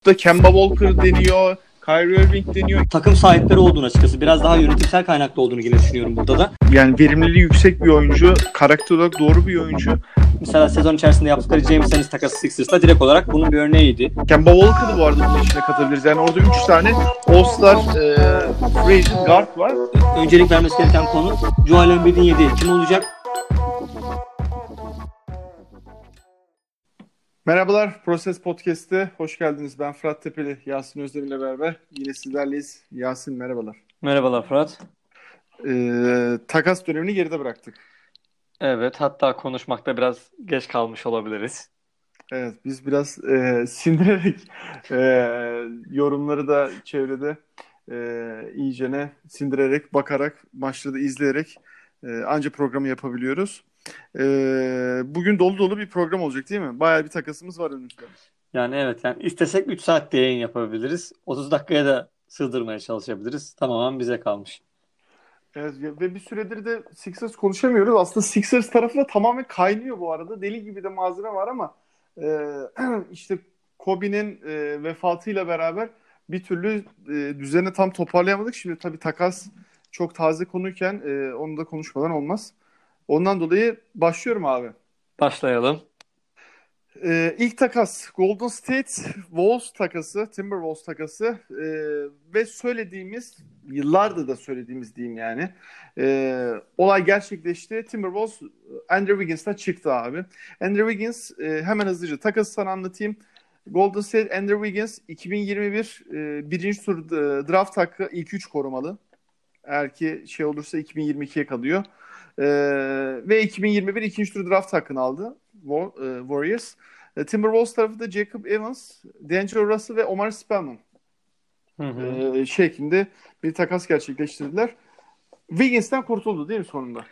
da Kemba Walker deniyor, Kyrie Irving deniyor. Takım sahipleri olduğunu açıkçası. Biraz daha yönetimsel kaynaklı olduğunu yine düşünüyorum burada da. Yani verimliliği yüksek bir oyuncu, karakter olarak doğru bir oyuncu. Mesela sezon içerisinde yaptıkları James Ennis takası Sixers'la direkt olarak bunun bir örneğiydi. Kemba Walker'ı bu arada bunun içine katabiliriz. Yani orada 3 tane All-Star free agent guard var. Öncelik vermesi gereken konu Joel Embiid'in yediği kim olacak? Merhabalar, Proses Podcast'te hoş geldiniz. Ben Fırat Tepeli, Yasin Özdemir ile beraber yine sizlerleyiz. Yasin merhabalar. Merhabalar Fırat. Takas dönemini geride bıraktık. Evet, hatta konuşmakta biraz geç kalmış olabiliriz. Evet, biz biraz sindirerek yorumları da çevrede iyicene sindirerek, bakarak, maçları da izleyerek anca programı yapabiliyoruz. Bugün dolu dolu bir program olacak değil mi? Bayağı bir takasımız var önümüzde. Yani evet, yani istesek 3 saatte yayın yapabiliriz. 30 dakikaya da sığdırmaya çalışabiliriz. Tamamen bize kalmış. Evet, ve bir süredir de Sixers konuşamıyoruz. Aslında Sixers tarafı da tamamen kaynıyor bu arada. Deli gibi de malzeme var ama işte Kobe'nin vefatıyla beraber bir türlü düzeni tam toparlayamadık. Şimdi tabii takas çok taze konuyken onu da konuşmadan olmaz. Ondan dolayı başlıyorum abi. Başlayalım. İlk takas Golden State Wolves takası, Timberwolves takası ve söylediğimiz, yıllardır da söylediğimiz diyeyim yani. Olay gerçekleşti. Timberwolves Andrew Wiggins'ten çıktı abi. Andrew Wiggins hemen hızlıca takası sana anlatayım. Golden State Andrew Wiggins 2021 birinci tur draft hakkı ilk 3 korumalı. Eğer ki şey olursa 2022'ye kalıyor. Ve 2021 ikinci tur draft hakkını aldı Warriors. Timberwolves tarafı da Jacob Evans, D'Angelo Russell ve Omar Spellman şeklinde bir takas gerçekleştirdiler. Wiggins'ten kurtuldu değil mi sonunda?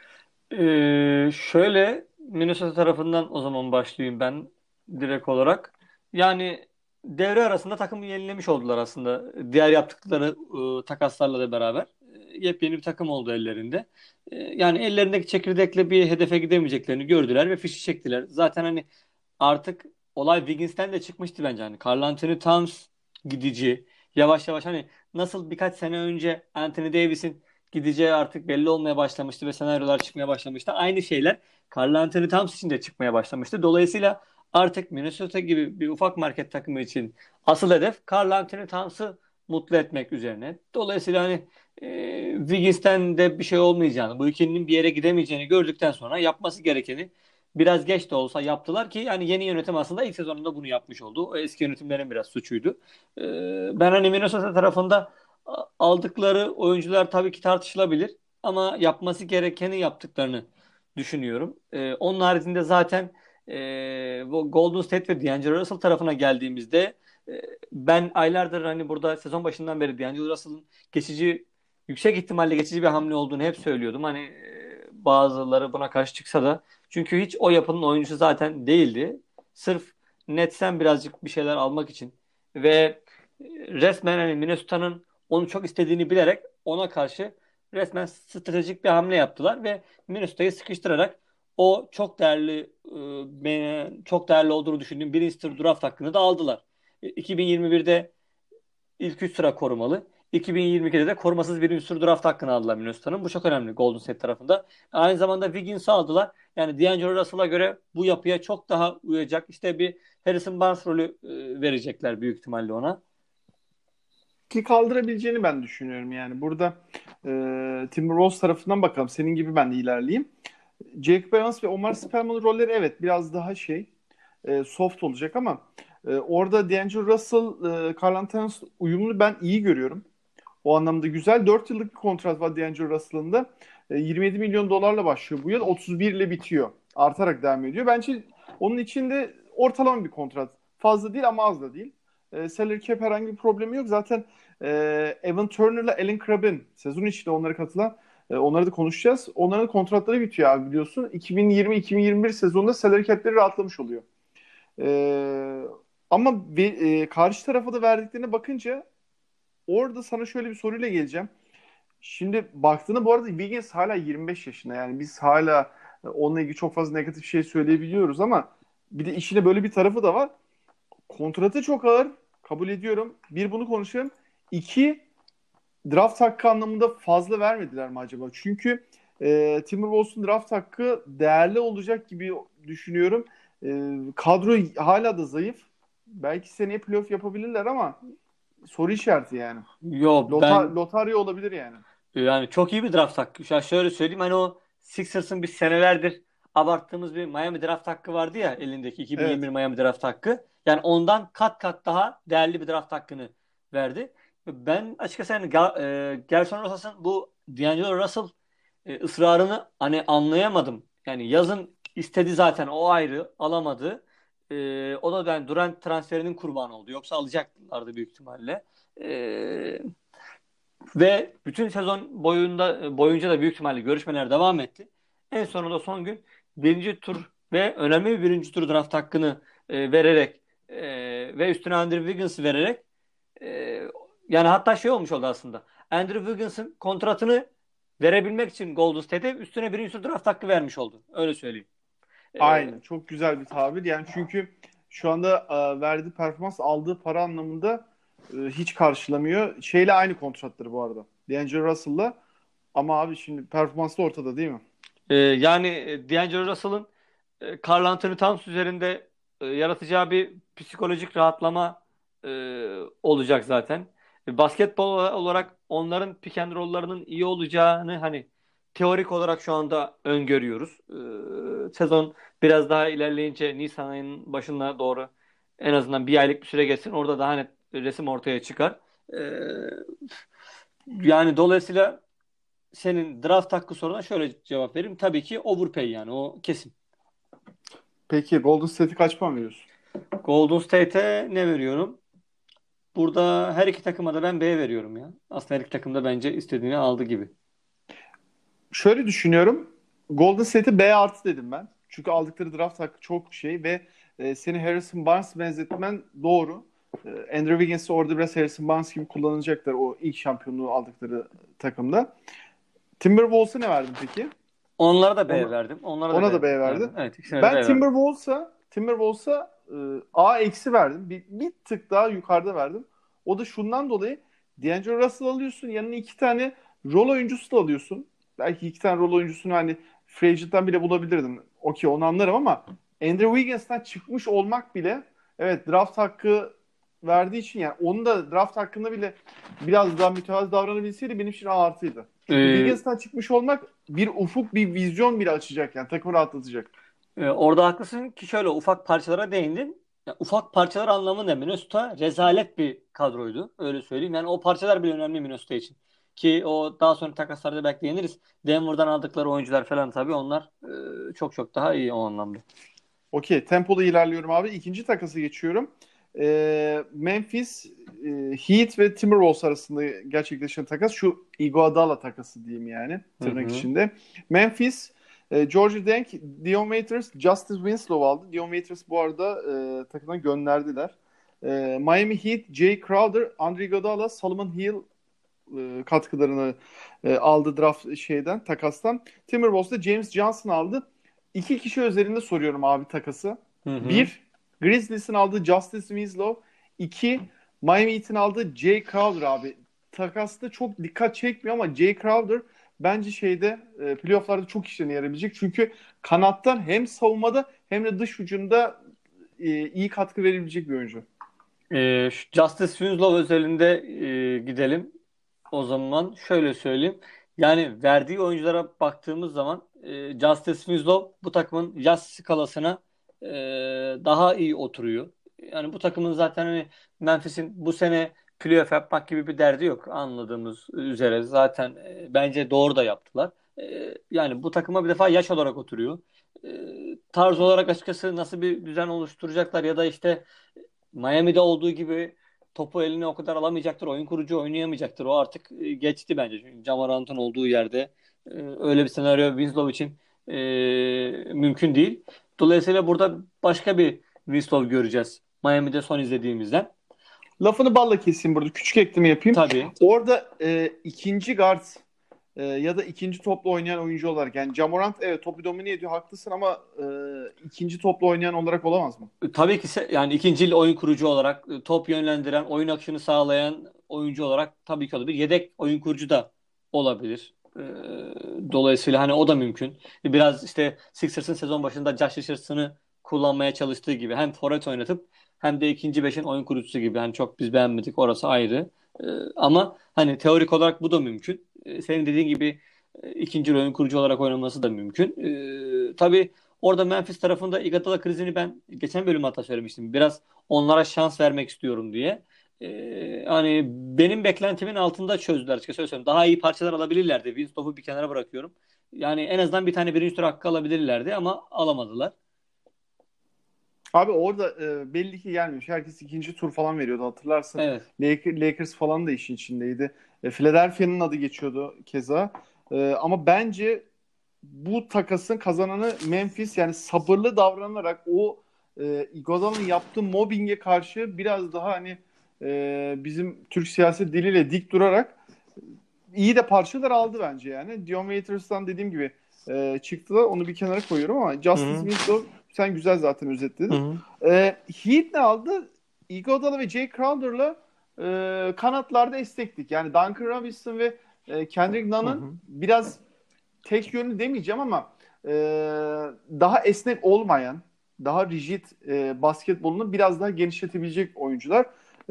Şöyle Minnesota tarafından o zaman başlayayım ben direkt olarak. Yani devre arasında takımı yenilemiş oldular aslında. Diğer yaptıkları takaslarla da beraber. Yepyeni bir takım oldu ellerinde. Yani ellerindeki çekirdekle bir hedefe gidemeyeceklerini gördüler ve fişi çektiler. Zaten hani artık olay Wiggins'ten de çıkmıştı bence. Hani Karl Anthony Towns gidici. Yavaş yavaş hani nasıl birkaç sene önce Anthony Davis'in gideceği artık belli olmaya başlamıştı ve senaryolar çıkmaya başlamıştı. Aynı şeyler Karl Anthony Towns için de çıkmaya başlamıştı. Dolayısıyla artık Minnesota gibi bir ufak market takımı için asıl hedef Karl Anthony Towns'ı mutlu etmek üzerine. Dolayısıyla hani Wiggins'ten de bir şey olmayacağını, bu ikilinin bir yere gidemeyeceğini gördükten sonra yapması gerekeni biraz geç de olsa yaptılar ki yani yeni yönetim aslında ilk sezonunda bunu yapmış oldu. O eski yönetimlerin biraz suçuydu. Ben hani Minnesota tarafında aldıkları oyuncular tabii ki tartışılabilir ama yapması gerekeni yaptıklarını düşünüyorum. Onun haricinde zaten bu Golden State ve D'Angelo Russell tarafına geldiğimizde ben aylardır hani burada sezon başından beri D'Angelo Russell'ın yüksek ihtimalle geçici bir hamle olduğunu hep söylüyordum. Hani bazıları buna karşı çıksa da çünkü hiç o yapının oyuncusu zaten değildi. Sırf Nets'ten birazcık bir şeyler almak için ve resmen hani Minnesota'nın onu çok istediğini bilerek ona karşı resmen stratejik bir hamle yaptılar ve Minnesota'yı sıkıştırarak o çok değerli olduğunu düşündüğüm birinci tur draft hakkını da aldılar. 2021'de ilk 3 sıra korumalı. 2022'de de korumasız birinci tur draft hakkını aldılar Minnesota'nın. Bu çok önemli Golden State tarafında. Aynı zamanda Wiggins'i aldılar. Yani D'Angelo Russell'a göre bu yapıya çok daha uyacak. İşte bir Harrison Barnes rolü verecekler büyük ihtimalle ona. Ki kaldırabileceğini ben düşünüyorum yani. Burada Timberwolves tarafından bakalım. Senin gibi ben de ilerleyeyim. Jacob Evans ve Omar Spellman'ın rolleri evet biraz daha soft olacak ama orada D'Angelo Russell, Karl Anthony uyumunu ben iyi görüyorum. O anlamda güzel. 4 yıllık bir kontrat var D'Angelo Russell'ın da. 27 milyon dolarla başlıyor bu yıl. 31 ile bitiyor. Artarak devam ediyor. Bence onun için de ortalama bir kontrat. Fazla değil ama az da değil. Salary cap herhangi bir problemi yok. Zaten Evan Turner'la Allen Crabbe'in sezon içinde onlara katılan onları da konuşacağız. Onların kontratları bitiyor abi biliyorsun. 2020-2021 sezonunda salary cap'leri rahatlamış oluyor. Ama karşı tarafa da verdiklerine bakınca orada sana şöyle bir soruyla geleceğim. Şimdi baktığında bu arada Wiggins hala 25 yaşında. Yani biz hala onunla ilgili çok fazla negatif şey söyleyebiliyoruz ama bir de işine böyle bir tarafı da var. Kontratı çok ağır. Kabul ediyorum. Bir, bunu konuşalım. İki, draft hakkı anlamında fazla vermediler mi acaba? Çünkü Timberwolves'un draft hakkı değerli olacak gibi düşünüyorum. Kadro hala da zayıf. Belki seneye playoff yapabilirler ama soru işareti yani. Yo ben Lotarya olabilir yani. yani çok iyi bir draft hakkı. Ya şöyle söyleyeyim, hani o Sixers'ın bir senelerdir abarttığımız bir Miami draft hakkı vardı ya elindeki, 2021 Evet. Miami draft hakkı. Yani ondan kat kat daha değerli bir draft hakkını verdi. Ben açıkçası yani Gerson Rosas'ın bu D'Angelo Russell ısrarını hani anlayamadım. Yani yazın istedi zaten, o ayrı, alamadı. O da ben Durant transferinin kurbanı oldu. Yoksa alacaklardı büyük ihtimalle. E, Ve bütün sezon boyunca da büyük ihtimalle görüşmeler devam etti. En sonunda son gün birinci tur ve önemli bir birinci tur draft hakkını vererek ve üstüne Andrew Wiggins'i vererek, e, yani hatta şey olmuş oldu aslında. Andrew Wiggins'in kontratını verebilmek için Golden State'e üstüne birinci tur draft hakkı vermiş oldu. Öyle söyleyeyim. E, Aynen. Çok güzel bir tabir. Yani çünkü şu anda verdiği performans, aldığı para anlamında hiç karşılamıyor. Şeyle aynı kontratları bu arada. D'Angelo Russell'la. Ama abi şimdi performansı da ortada değil mi? Yani D'Angelo Russell'ın Karl Anthony Towns üzerinde yaratacağı bir psikolojik rahatlama olacak zaten. Basketbol olarak onların pick and roll'larının iyi olacağını hani teorik olarak şu anda öngörüyoruz. Sezon biraz daha ilerleyince Nisan ayının başına doğru en azından bir aylık bir süre geçsin. Orada daha net resim ortaya çıkar. E, Yani dolayısıyla senin draft hakkı soruna şöyle cevap vereyim. Tabii ki overpay, yani o kesin. Peki Golden State'e kaç puan veriyorsun? Golden State'e ne veriyorum? Burada her iki takıma da ben B veriyorum ya. Aslında her iki takım da bence istediğini aldı gibi. Şöyle düşünüyorum. Golden State'e B artı dedim ben. Çünkü aldıkları draft hakkı çok şey ve seni Harrison Barnes benzetmen doğru. Andrew Wiggins'i orada biraz Harrison Barnes gibi kullanacaklar o ilk şampiyonluğu aldıkları takımda. Timberwolves'a ne verdin peki? Onlara da B Ona, verdim. Onlara da ona da B B verdin. verdim. Evet, ikisine de Ben B verdim. Timberwolves'a A eksi verdim. Bir tık daha yukarıda verdim. O da şundan dolayı D'Angelo Russell alıyorsun. Yanına iki tane rol oyuncusu da alıyorsun. Belki iki tane rol oyuncusunu hani free agent'tan bile bulabilirdin. Okey, onu anlarım ama Andrew Wiggins'ten çıkmış olmak bile, evet, draft hakkı verdiği için, yani onun da draft hakkında bile biraz daha mütevazı davranabilseydi benim için A artıydı. Çünkü Ee, Wiggins'ten çıkmış olmak bir ufuk, bir vizyon bile açacak, yani takımı rahatlatacak. Orada haklısın ki şöyle ufak parçalara değindin. Ya, ufak parçalar anlamında Minnesota rezalet bir kadroydu. Öyle söyleyeyim. Yani o parçalar bile önemli Minnesota için. Ki o daha sonra takaslarda belki değiniriz. Denver'dan aldıkları oyuncular falan, tabii onlar çok çok daha iyi o anlamda. Okey. Tempolu ilerliyorum abi. İkinci takası geçiyorum. Memphis Heat ve Timberwolves arasında gerçekleşen takas. Şu Iguodala takası diyeyim yani. Hı Tırnak hı. içinde. Memphis Georgia Deng, Dion Waiters, Justice Winslow aldı. Dion Waiters bu arada takımdan gönderdiler. Miami Heat, Jay Crowder, Andre Iguodala, Solomon Hill katkılarını aldı takastan. Timberwolves da James Johnson aldı. İki kişi üzerinde soruyorum abi takası. Hı hı. Bir, Grizzlies'in aldığı Justice Winslow. İki, Miami Heat'in aldığı Jay Crowder abi. Takasta çok dikkat çekmiyor ama Jay Crowder bence playoff'larda çok işlerine yarayabilecek. Çünkü kanattan hem savunmada hem de dış hücumda iyi katkı verebilecek bir oyuncu. Şu Justice Winslow özelinde gidelim. O zaman şöyle söyleyeyim. Yani verdiği oyunculara baktığımız zaman Justice Winslow bu takımın yaz skalasına e, daha iyi oturuyor. Yani bu takımın zaten hani Memphis'in bu sene playoff yapmak gibi bir derdi yok, anladığımız üzere. Zaten bence doğru da yaptılar. Yani bu takıma bir defa yaş olarak oturuyor. Tarz olarak açıkçası nasıl bir düzen oluşturacaklar ya da işte Miami'de olduğu gibi topu eline o kadar alamayacaktır. Oyun kurucu oynayamayacaktır. O artık geçti bence. Çünkü Ja Morant'ın olduğu yerde öyle bir senaryo Winslow için mümkün değil. Dolayısıyla burada başka bir Winslow göreceğiz Miami'de son izlediğimizden. Lafını balla keseyim burada. Küçük ekleme yapayım. Tabii. Orada ikinci guard ya da ikinci topla oynayan oyuncu olarak. Yani Ja Morant evet topu domine ediyor haklısın ama ikinci topla oynayan olarak olamaz mı? Tabii ki yani ikincil oyun kurucu olarak top yönlendiren, oyun akışını sağlayan oyuncu olarak tabii ki olabilir. Yedek oyun kurucu da olabilir. Dolayısıyla hani o da mümkün. Biraz işte Sixers'ın sezon başında Josh Richardson'ı kullanmaya çalıştığı gibi hem forvet oynatıp hem de ikinci beşin oyun kurucusu gibi. Hani çok biz beğenmedik, orası ayrı. Ee, Ama hani teorik olarak bu da mümkün. Senin dediğin gibi ikinci oyun kurucu olarak oynaması da mümkün. Tabii orada Memphis tarafında Iguodala krizini ben geçen bölüm hatta söylemiştim. Biraz onlara şans vermek istiyorum diye. Hani benim beklentimin altında çözdüler açıkçası, öyle söyleyeyim. Daha iyi parçalar alabilirlerdi. Winstop'u bir kenara bırakıyorum. Yani en azından bir tane birinci tur hakkı alabilirlerdi ama alamadılar. Abi orada belli ki gelmiş. Herkes ikinci tur falan veriyordu hatırlarsın. Evet. Lakers falan da işin içindeydi. Philadelphia'nın adı geçiyordu keza. Ama bence bu takasın kazananı Memphis, yani sabırlı davranarak o Iguodala'nın yaptığı mobbinge karşı biraz daha hani bizim Türk siyaset diliyle dik durarak iyi de parçalar aldı bence yani. Dion Waiters'tan dediğim gibi çıktılar. Onu bir kenara koyuyorum ama Hı Justice hı. Winslow sen güzel zaten Hı özetledin. hı. Heat ne aldı? Iguodala ve Jay Crowder'la kanatlarda esnektik. Yani Duncan Robinson ve Kendrick Hı Nunn'ın hı. biraz tek yönlü demeyeceğim ama e, daha esnek olmayan, daha rigid basketbolunu biraz daha genişletebilecek oyuncular.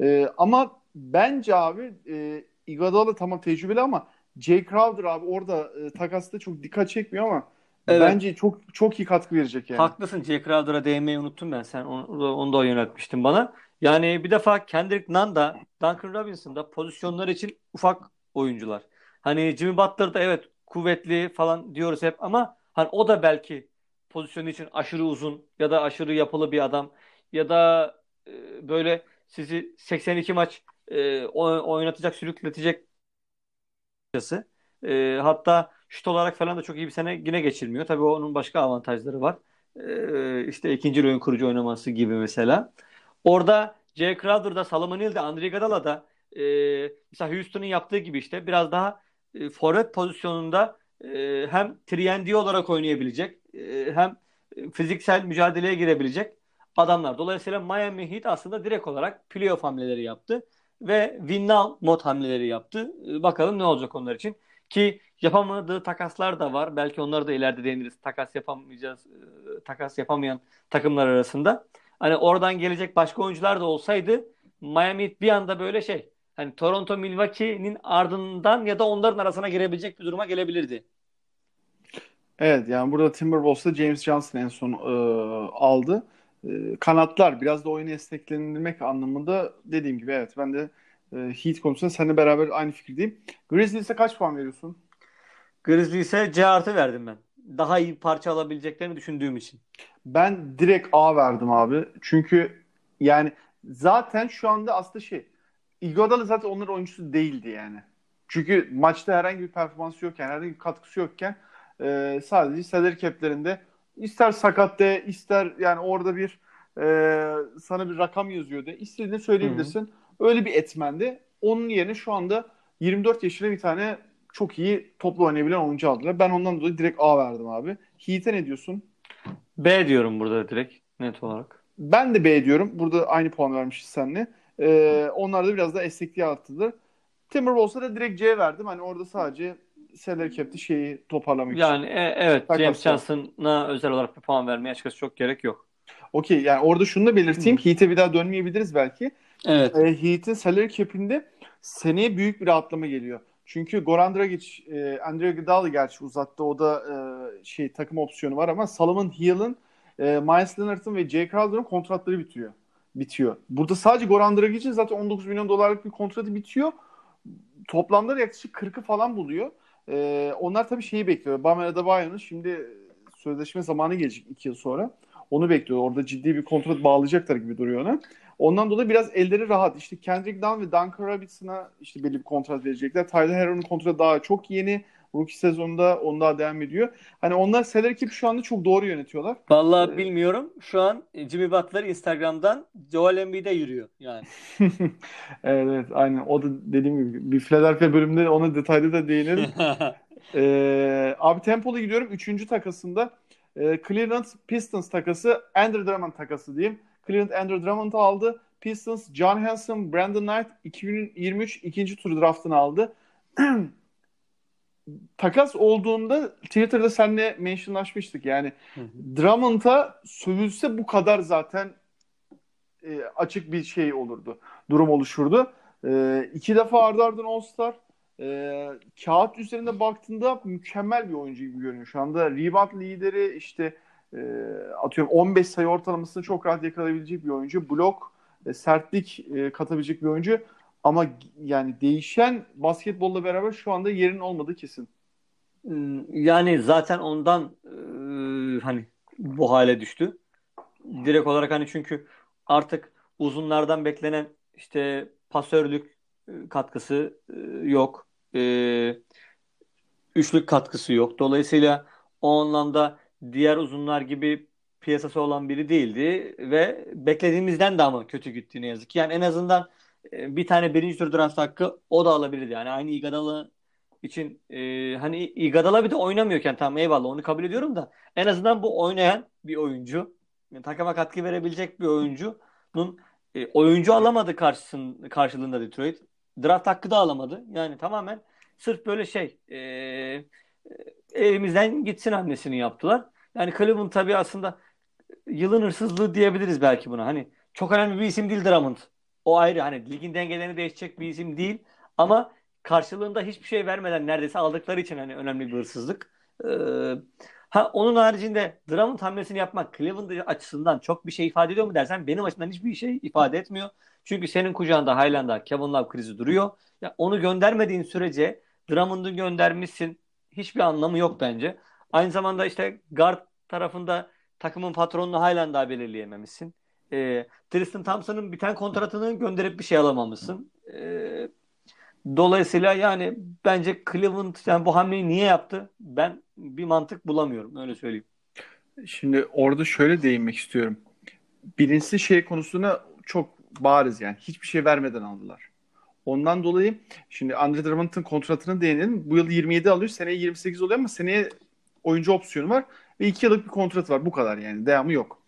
Ama bence abi Iguodala tamam tecrübeli ama Jay Crowder abi orada takasta çok dikkat çekmiyor ama Evet. bence çok çok iyi katkı verecek yani. Haklısın. Jay Crowder'a değinmeyi unuttum ben. Sen onu da yöneltmiştin bana. Yani bir defa Kendrick Nunn da Duncan Robinson da pozisyonlar için ufak oyuncular. Hani Jimmy Butler da evet kuvvetli falan diyoruz hep ama hani o da belki pozisyonu için aşırı uzun ya da aşırı yapılı bir adam ya da böyle sizi 82 maç oynatacak, sürükletecek açıkçası. Hatta şut olarak falan da çok iyi bir sene yine geçirmiyor. Tabii onun başka avantajları var. İşte ikinci oyun kurucu oynaması gibi mesela. Orada Jay Crowder'da, Solomon Hill'de, Andre Iguodala'da mesela Houston'un yaptığı gibi işte biraz daha forvet pozisyonunda hem 3 olarak oynayabilecek hem fiziksel mücadeleye girebilecek adamlar. Dolayısıyla Miami Heat aslında direkt olarak playoff hamleleri yaptı ve win now mod hamleleri yaptı. Bakalım ne olacak onlar için. Ki yapamadığı takaslar da var. Belki onları da ileride değiniriz. Takas yapamayacağız, takas yapamayan takımlar arasında. Hani oradan gelecek başka oyuncular da olsaydı Miami bir anda böyle şey, hani Toronto Milwaukee'nin ardından ya da onların arasına girebilecek bir duruma gelebilirdi. Evet yani burada Timberwolves'ta James Johnson en son aldı. Kanatlar biraz da oyunu esneklendirmek anlamında dediğim gibi evet ben de Heat konusunda seninle beraber aynı fikirdeyim. Grizzlies'e kaç puan veriyorsun? Grizzlies'e C artı verdim ben. Daha iyi parça alabileceklerini düşündüğüm için. Ben direkt A verdim abi. Çünkü yani zaten şu anda aslında Iguodala zaten onların oyuncusu değildi yani. Çünkü maçta herhangi bir performansı yokken, herhangi bir katkısı yokken sadece salary cap'lerinde ister sakat de ister yani orada sana bir rakam yazıyor de istediğini Hı hı. söyleyebilirsin. Öyle bir etmendi. Onun yerine şu anda 24 yaşında bir tane çok iyi toplu oynayabilen oyuncu aldılar. Ben ondan dolayı direkt A verdim abi. Heat'e ne diyorsun? B diyorum burada direkt net olarak. Ben de B diyorum. Burada aynı puan vermişiz seninle. Onlar da biraz daha esnekliği arttırdı. Timberwolves'a da direkt C verdim. Hani orada sadece salary cap'te şeyi toparlamak için. Yani evet, James Takaslar. Johnson'a özel olarak bir puan vermeye açıkçası çok gerek yok. Okey yani orada şunu da Hı belirteyim. hı. Heat'e bir daha dönmeyebiliriz belki. Evet. Heat'in salary cap'inde seneye büyük bir rahatlama geliyor. Çünkü Goran Dragic, Andre Iguodala gerçi uzattı. O da takım opsiyonu var ama Solomon Hill'in, Myles Leonard'ın ve Jay Crowder'ın kontratları bitiyor. Burada sadece Goran Dragic'in zaten 19 milyon dolarlık bir kontratı bitiyor. Toplamda da yaklaşık 40'ı falan buluyor. Onlar tabii şeyi bekliyor. Bam Adebayo'nun şimdi sözleşme zamanı gelecek 2 yıl sonra. Onu bekliyor. Orada ciddi bir kontrat bağlayacaklar gibi duruyor ona. Ondan dolayı biraz elleri rahat. İşte Kendrick Nunn ve Duncan Robinson'a işte belli bir kontrat verecekler. Tyler Herro'nun kontratı daha çok yeni. Rookie sezonunda onun daha devam ediyor. Hani onlar salary cap şu anda çok doğru yönetiyorlar. Vallahi bilmiyorum. Şu an Jimmy Butler Instagram'dan Joel Embiid'e yürüyor yani. Evet, evet, aynen. O da dediğim gibi bir Philadelphia bölümünde ona detaylı da değinelim. Abi tempolu gidiyorum. Üçüncü takasında Cleveland Pistons takası, Andrew Drummond takası diyeyim. Cleveland Andrew Drummond'ı aldı. Pistons John Henson, Brandon Knight 2023 ikinci tur draftını aldı. Takas olduğunda Twitter'da seninle mentionlaşmıştık. Yani Hı hı. Drummond'a sövülse bu kadar zaten açık bir şey olurdu. Durum oluşurdu. İki defa ardı ardına All-Star. Kağıt üzerinde baktığında mükemmel bir oyuncu gibi görünüyor. Şu anda rebound lideri, işte e, atıyorum 15 sayı ortalamasını çok rahat yakalayabilecek bir oyuncu. Blok, sertlik katabilecek bir oyuncu. Ama yani değişen basketbolla beraber şu anda yerin olmadığı kesin. Yani zaten ondan hani bu hale düştü. Direkt olarak hani çünkü artık uzunlardan beklenen işte pasörlük katkısı yok. E, Üçlük katkısı yok. Dolayısıyla o anlamda diğer uzunlar gibi piyasası olan biri değildi ve beklediğimizden de ama kötü gitti ne yazık ki. Yani en azından bir tane birinci tur draft hakkı o da alabilirdi. Yani aynı Iguodala için hani Iguodala bir de oynamıyorken tamam eyvallah onu kabul ediyorum da en azından bu oynayan bir oyuncu, yani takıma katkı verebilecek bir oyuncunun oyuncu alamadı karşılığında Detroit. Draft hakkı da alamadı. Yani tamamen sırf böyle elimizden gitsin hamlesini yaptılar. Yani Cleveland tabii aslında yılın hırsızlığı diyebiliriz belki buna. Hani çok önemli bir isim değil Drummond. O ayrı, hani ligin dengelerini değiştirecek bir isim değil. Ama karşılığında hiçbir şey vermeden neredeyse aldıkları için hani önemli bir hırsızlık. Ee, onun haricinde Drummond hamlesini yapmak Cleveland açısından çok bir şey ifade ediyor mu dersen benim açımdan hiçbir şey ifade etmiyor. Çünkü senin kucağında Highland'da Kevin Love krizi duruyor. Ya onu göndermediğin sürece Drummond'u göndermişsin. Hiçbir anlamı yok bence. Aynı zamanda işte guard tarafında takımın patronunu halen daha belirleyememişsin. Tristan Thompson'ın biten kontratını gönderip bir şey alamamışsın. Dolayısıyla yani bence Cleveland yani bu hamleyi niye yaptı? Ben bir mantık bulamıyorum. Öyle söyleyeyim. Şimdi orada şöyle değinmek istiyorum. Birincisi şey konusuna çok bariz yani. Hiçbir şey vermeden aldılar. Ondan dolayı şimdi Andre Drummond'ın kontratını değinelim. Bu yıl 27 alıyor. Seneye 28 oluyor ama seneye oyuncu opsiyonu var. Ve 2 yıllık bir kontrat var. Bu kadar yani. Devamı yok.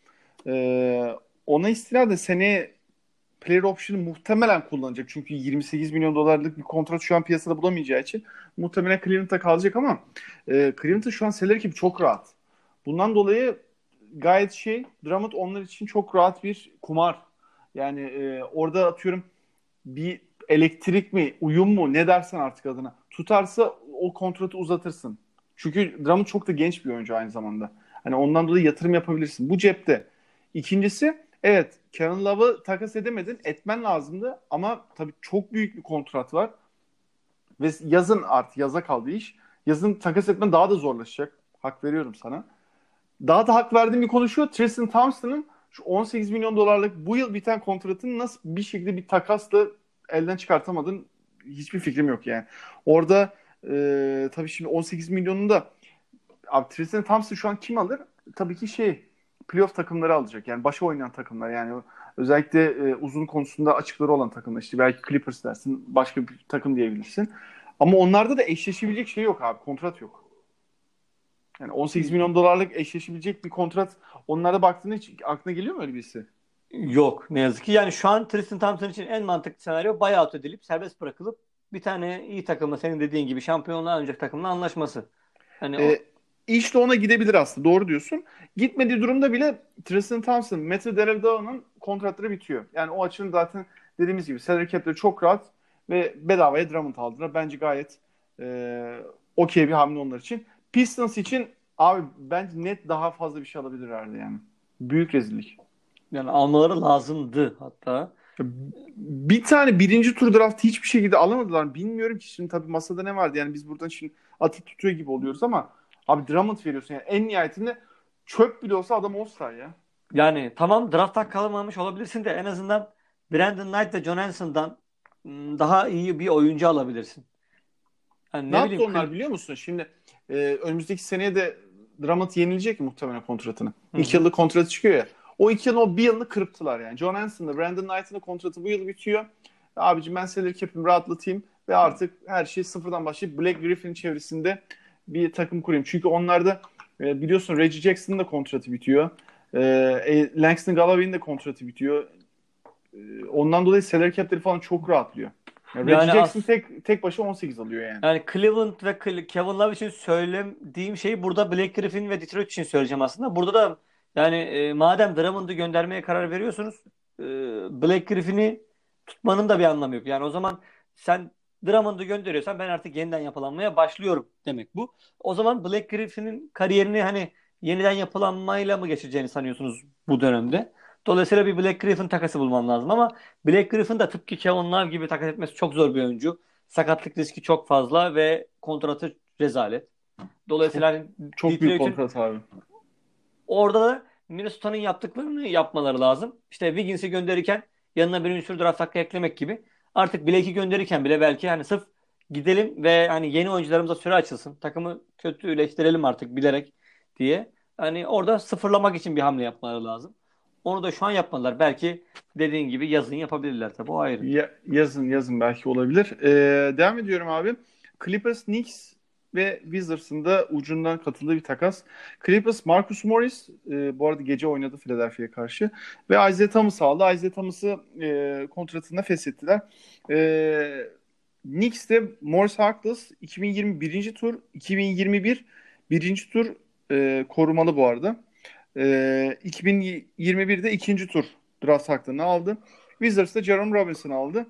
Ona istinaden seneye player option'ı muhtemelen kullanacak. Çünkü 28 milyon dolarlık bir kontrat şu an piyasada bulamayacağı için muhtemelen Cleveland'da kalacak ama Cleveland'ın şu an salary cap'i çok rahat. Bundan dolayı gayet Drummond onlar için çok rahat bir kumar. Yani orada atıyorum bir elektrik mi, uyum mu ne dersen artık adına tutarsa o kontratı uzatırsın. Çünkü Drummond çok da genç bir oyuncu aynı zamanda. Hani ondan dolayı yatırım yapabilirsin. Bu cepte. İkincisi, evet, Kevin Love'ı takas edemedin. Etmen lazımdı ama tabii çok büyük bir kontrat var. Ve yazın artık yaza kaldı iş. Yazın takas etmen daha da zorlaşacak. Hak veriyorum sana. Daha da hak verdiğim bir konu şu. Tristan Thompson'ın şu 18 milyon dolarlık bu yıl biten kontratını nasıl bir şekilde bir takasla elden çıkartamadın, hiçbir fikrim yok yani. Orada tabii şimdi 18 milyonunu da abi Tristan Thompson şu an kim alır? Tabii ki playoff takımları alacak. Yani başa oynayan takımlar. Yani özellikle uzun konusunda açıkları olan takımlar. İşte belki Clippers dersin. Başka bir takım diyebilirsin. Ama onlarda da eşleşebilecek şey yok abi. Kontrat yok. Yani 18 milyon dolarlık eşleşebilecek bir kontrat onlara baktığında hiç aklına geliyor mu öyle birisi? Yok ne yazık ki. Yani şu an Tristan Thompson için en mantıklı senaryo buyout edilip serbest bırakılıp bir tane iyi takımla senin dediğin gibi şampiyonluğa oynayacak takımla anlaşması. Hani E, o iş de ona gidebilir aslında. Doğru diyorsun. Gitmediği durumda bile Tristan Thompson, Matthew Dellavedown'un kontratları bitiyor. Yani o açının zaten dediğimiz gibi salary cap'leri çok rahat ve bedavaya Drummond aldılar. Bence gayet okey bir hamle onlar için. Pistons için abi bence net daha fazla bir şey alabilirlerdi yani. Büyük rezillik. yani almaları lazımdı hatta. Bir tane birinci tur draft hiçbir şekilde alamadılar. Bilmiyorum ki şimdi tabii masada ne vardı. Yani biz buradan şimdi atı tutuyor gibi oluyoruz ama abi Drummond veriyorsun. Yani en nihayetinde çöp bile olsa adam All-Star ya. Yani tamam draft hakkı alamamış olabilirsin de en azından Brandon Knight ve John Hanson'dan daha iyi bir oyuncu alabilirsin. Yani Ne ne yaptı bileyim onlar biliyor musun? Şimdi önümüzdeki seneye de Drummond yenilecek muhtemelen kontratını. Hı 2 hı. yıllık kontratı çıkıyor ya. O 2 yılın o bir yılını kırptılar yani. John Hanson'la Brandon Knight'ın da kontratı bu yıl bitiyor. Abicim ben salary cap'imi rahatlatayım ve artık her şey sıfırdan başlayıp Black Griffin'in çevresinde bir takım kurayım. Çünkü onlarda biliyorsun Reggie Jackson'ın da kontratı bitiyor. Langston Galloway'in de kontratı bitiyor. Ondan dolayı salary cap'leri falan çok rahatlıyor. Yani Reggie Yani Jackson as tek başına 18 alıyor yani. Yani Cleveland ve Kevin Love için söylediğim şeyi burada Blake Griffin ve Detroit için söyleyeceğim aslında. Burada da yani madem Drummond'u göndermeye karar veriyorsunuz, e, Blake Griffin'i tutmanın da bir anlamı yok. Yani o zaman sen Drummond'u gönderiyorsan ben artık yeniden yapılanmaya başlıyorum demek bu. O zaman Blake Griffin'in kariyerini hani yeniden yapılanmayla mı geçireceğini sanıyorsunuz bu dönemde? Dolayısıyla bir Blake Griffin takası bulman lazım ama Blake Griffin de tıpkı Kevin Love gibi takas etmesi çok zor bir oyuncu. Sakatlık riski çok fazla ve kontratı rezalet. Çok Dolayısıyla hani çok büyük Detroit'in kontrat abi. orada da Minnesota'nın yaptıklarını yapmaları lazım. İşte Wiggins'i gönderirken yanına bir sürü draft hakkı eklemek gibi. Artık Blake'i gönderirken bile belki hani sırf gidelim ve hani yeni oyuncularımıza süre açılsın. Takımı kötüleştirelim artık bilerek diye. Hani orada sıfırlamak için bir hamle yapmaları lazım. Onu da şu an yapmadılar. Belki dediğin gibi yazın yapabilirler tabii o ayrı. Yazın belki olabilir. Devam ediyorum abi. Clippers, Knicks ve Wizards'ın da ucundan katıldığı bir takas. Clippers, Marcus Morris bu arada gece oynadı Philadelphia'ya karşı ve Isaiah Thomas aldı. Isaiah Thomas'ı kontratında feshettiler. Knicks'te Morris Harkless 2020 birinci tur, 2021 birinci tur korumalı bu arada. 2021'de ikinci tur draft hakkını aldı. Wizards Jerome Robinson aldı.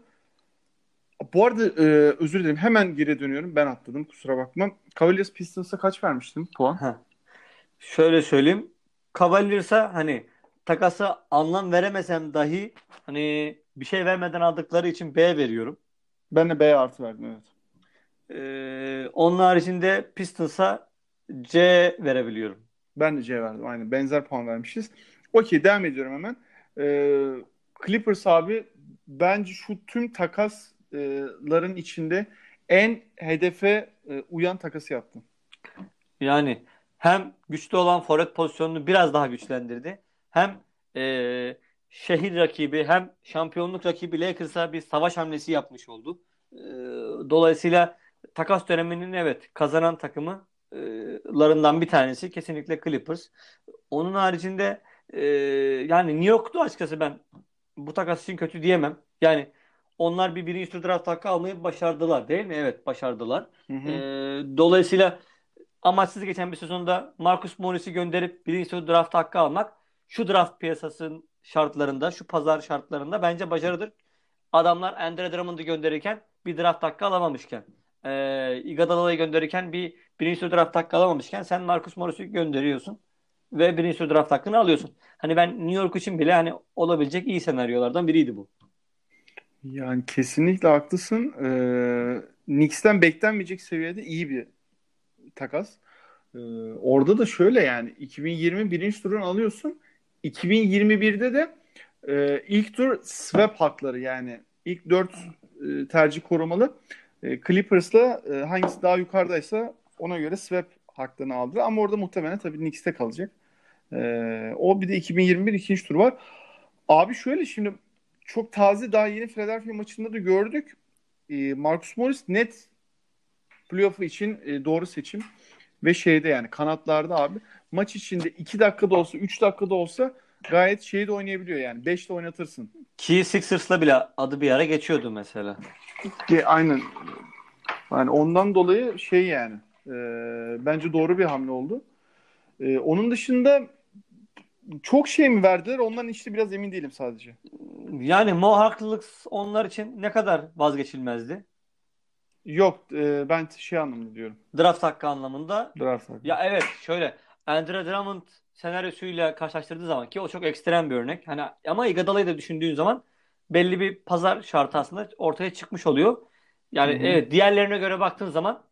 Bu arada özür dilerim. Hemen geri dönüyorum. Ben atladım. Kusura bakma. Cavaliers Pistons'a kaç vermiştim puan? Heh. Şöyle söyleyeyim. Cavaliers'a hani takasa anlam veremesem dahi hani bir şey vermeden aldıkları için B veriyorum. Ben de B artı verdim, evet. Onun haricinde Pistons'a C verebiliyorum. Ben de C verdim. Aynen. Benzer puan vermişiz. Okey. Devam ediyorum hemen. Clippers abi bence şu tüm takasların içinde en hedefe uyan takası yaptı. Yani hem güçlü olan forvet pozisyonunu biraz daha güçlendirdi. Hem şehir rakibi hem şampiyonluk rakibi Lakers'a bir savaş hamlesi yapmış oldu. Dolayısıyla takas döneminin evet kazanan takımlarından bir tanesi kesinlikle Clippers. Onun haricinde yani New York'tu açıkçası ben bu takas için kötü diyemem. Yani onlar bir birinci tur draft hakkı almayı başardılar değil mi? Evet başardılar. Hı hı. Dolayısıyla amaçsız geçen bir sezonda Marcus Morris'i gönderip birinci tur draft hakkı almak şu draft piyasasının şartlarında, şu pazar şartlarında bence başarıdır. Adamlar Andre Drummond'u gönderirken bir draft hakkı alamamışken, Iguodala'yı gönderirken birinci tur draft hakkı alamamışken sen Marcus Morris'i gönderiyorsun ve birinci tur draft hakkını alıyorsun. Hani ben New York için bile hani olabilecek iyi senaryolardan biriydi bu. Yani kesinlikle haklısın. Knicks'ten beklenmeyecek seviyede iyi bir takas. Orada da şöyle yani 2020 birinci turunu alıyorsun. 2021'de de ilk tur swap hakları yani ilk 4 tercih korumalı. Clippers'la hangisi daha yukarıdaysa ona göre swap haklarını aldı. Ama orada muhtemelen tabii Knicks'te kalacak. O bir de 2021 ikinci tur var. Abi şöyle şimdi çok taze daha yeni Philadelphia maçında da gördük. Marcus Morris net playoff için doğru seçim. Ve şeyde yani kanatlarda abi maç içinde 2 dakikada olsa 3 dakikada olsa gayet şeyde oynayabiliyor yani 5'te oynatırsın. Ki Sixers'la bile adı bir ara geçiyordu mesela. Aynen yani ondan dolayı şey yani bence doğru bir hamle oldu. Onun dışında çok şey mi verdiler ondan işte biraz emin değilim sadece. Yani Mo Harkless onlar için ne kadar vazgeçilmezdi? Yok ben şey anlamında diyorum. Draft hakkı anlamında. Draft hakkı. Ya evet şöyle Andre Drummond senaryosuyla karşılaştırdığı zaman ki o çok ekstrem bir örnek. Hani ama Iguodala'yı da düşündüğün zaman belli bir pazar şartı aslında ortaya çıkmış oluyor. Hı Yani hı. evet diğerlerine göre baktığın zaman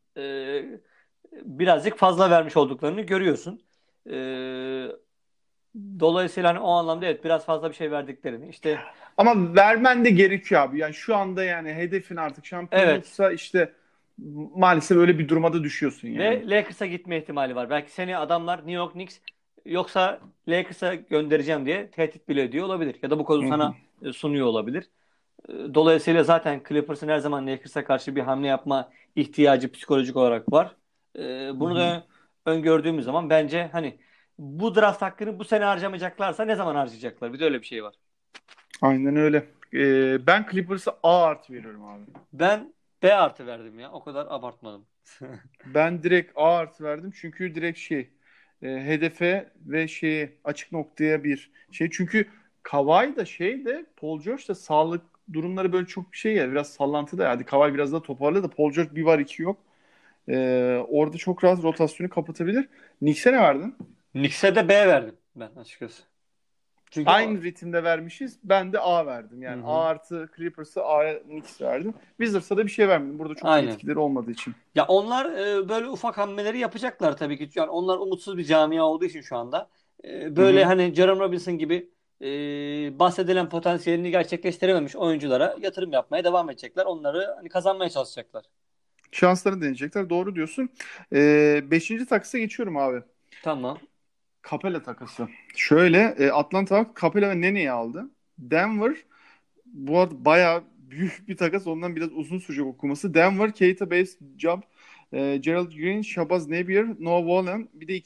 birazcık fazla vermiş olduklarını görüyorsun. E, Dolayısıyla hani o anlamda evet biraz fazla bir şey verdiklerini. İşte Ama vermen de gerekiyor abi. Yani şu anda yani hedefin artık evet şampiyonluksa işte maalesef öyle bir duruma da düşüyorsun yani. Ve Lakers'a gitme ihtimali var. Belki seni adamlar New York Knicks yoksa Lakers'a göndereceğim diye tehdit bile ediyor olabilir. Ya da bu kozu Hı hı. sana sunuyor olabilir. Dolayısıyla zaten Clippers'ın her zaman Lakers'a karşı bir hamle yapma ihtiyacı psikolojik olarak var. Hı Bunu hı. da öngördüğümüz zaman bence hani bu draft hakkını bu sene harcamayacaklarsa ne zaman harcayacaklar? Bir de öyle bir şey var. Aynen öyle. Ben Clippers'a A artı veriyorum abi. Ben B artı verdim ya. O kadar abartmadım. Ben direkt A artı verdim çünkü direkt hedefe ve şeye açık noktaya bir şey. Çünkü Kawhi da Paul George da sağlık durumları böyle çok bir şey ya biraz sallantıda. Hadi Kawhi biraz daha toparladı da Paul George bir var iki yok. Orada çok rahat rotasyonu kapatabilir. Knicks'e ne verdin? Knicks'e de B verdim ben açıkçası. Çünkü Aynı ritimde vermişiz. Ben de A verdim. hı Yani A hı. artı Clippers'a A'ya Knicks verdim. Wizards'a da bir şey vermedim. Burada çok bir Aynen. etkileri olmadığı için. Ya onlar böyle ufak hamleleri yapacaklar tabii ki. Yani onlar umutsuz bir camia olduğu için şu anda. Hı Böyle hı. hani Jerome Robinson gibi bahsedilen potansiyelini gerçekleştirememiş oyunculara yatırım yapmaya devam edecekler. Onları hani kazanmaya çalışacaklar. Şanslarını deneyecekler. Doğru diyorsun. Beşinci takısa geçiyorum abi. Tamam. Capela takası. Atlanta Capela ve Nene'yi aldı. Denver bu arada bayağı büyük bir takas. Ondan biraz uzun sürecek okuması. Denver, Keita Bates-Diop, Gerald Green, Shabazz Napier, Noah Wallen. Bir de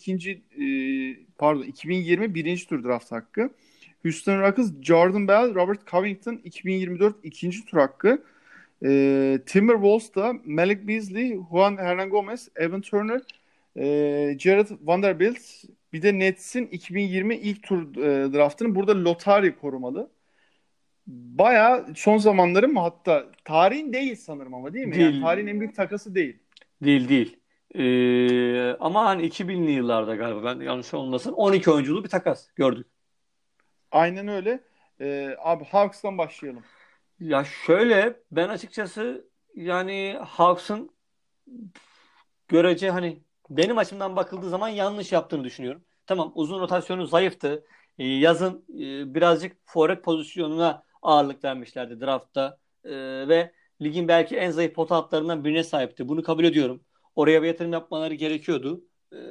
2020 birinci tur draft hakkı. Houston Rockets, Jordan Bell, Robert Covington 2024 ikinci tur hakkı. Timberwolves'da Malik Beasley, Juan Hernan Gomez, Evan Turner, Jared Vanderbilt, bir de Nets'in 2020 ilk tur draftını burada Lotari korumalı. Baya son zamanların mı hatta tarihin değil sanırım ama değil mi? Yani Değil. tarihin en büyük takası değil. Değil değil. Ama hani 2000'li yıllarda galiba ben yanlış olmasın 12 oyunculu bir takas gördük. Aynen öyle. Abi Hawks'tan başlayalım. Ya şöyle ben açıkçası yani Hawks'ın görece hani benim açımdan bakıldığı zaman yanlış yaptığını düşünüyorum. Tamam uzun rotasyonu zayıftı. Yazın birazcık forvet pozisyonuna ağırlık vermişlerdi draftta. Ve ligin belki en zayıf pota hatlarından birine sahipti. Bunu kabul ediyorum. Oraya bir yatırım yapmaları gerekiyordu.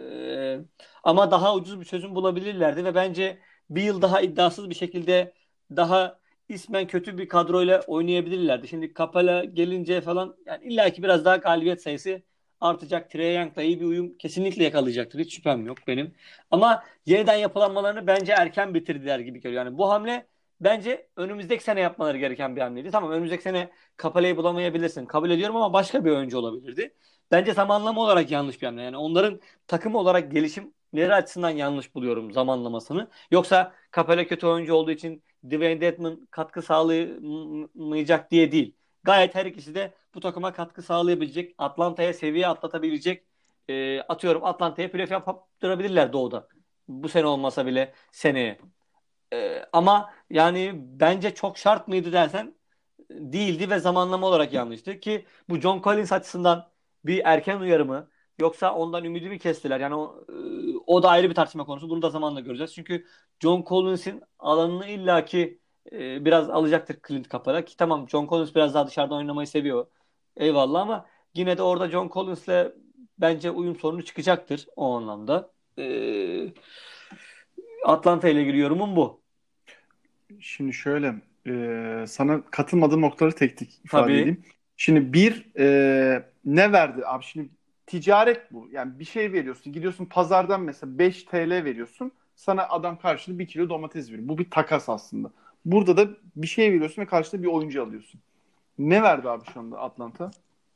Ama daha ucuz bir çözüm bulabilirlerdi ve bence bir yıl daha iddiasız bir şekilde daha ismen kötü bir kadroyla oynayabilirlerdi. Şimdi Capela gelince falan yani illaki biraz daha galibiyet sayısı artacak. Trae Young'la iyi bir uyum kesinlikle yakalayacaktır. Hiç şüphem yok benim. Ama yeniden yapılanmalarını bence erken bitirdiler gibi geliyor. Yani bu hamle bence önümüzdeki sene yapmaları gereken bir hamleydi. Tamam önümüzdeki sene Capela'yı bulamayabilirsin. Kabul ediyorum ama başka bir oyuncu olabilirdi. Bence zamanlama olarak yanlış bir hamle. Yani onların takım olarak gelişimleri açısından yanlış buluyorum zamanlamasını. Yoksa Capela kötü oyuncu olduğu için Dwayne Dedmon katkı sağlamayacak diye değil. Gayet her ikisi de bu takıma katkı sağlayabilecek, Atlanta'ya seviye atlatabilecek, atıyorum Atlanta'ya playoff yaptırabilirler doğuda. Bu sene olmasa bile seneye. Ama yani bence çok şart mıydı dersen değildi ve zamanlama olarak yanlıştı ki bu John Collins açısından bir erken uyarı mı yoksa ondan ümidi mi kestiler? Yani o da ayrı bir tartışma konusu. Bunu da zamanla göreceğiz. Çünkü John Collins'in alanını illaki biraz alacaktır Clint Capela ki tamam John Collins biraz daha dışarıda oynamayı seviyor. Eyvallah ama yine de orada John Collins'le bence uyum sorunu çıkacaktır o anlamda. Atlanta ile ilgili yorumum bu. Şimdi sana katılmadığım noktaları tek tek ifade Tabii. edeyim. Şimdi ne verdi abi? Şimdi ticaret bu. Yani bir şey veriyorsun. Gidiyorsun pazardan mesela 5 TL veriyorsun. Sana adam karşılığı 1 kilo domates veriyor. Bu bir takas aslında. Burada da bir şey veriyorsun ve karşılığında bir oyuncu alıyorsun. Ne verdi abi şu anda Atlanta?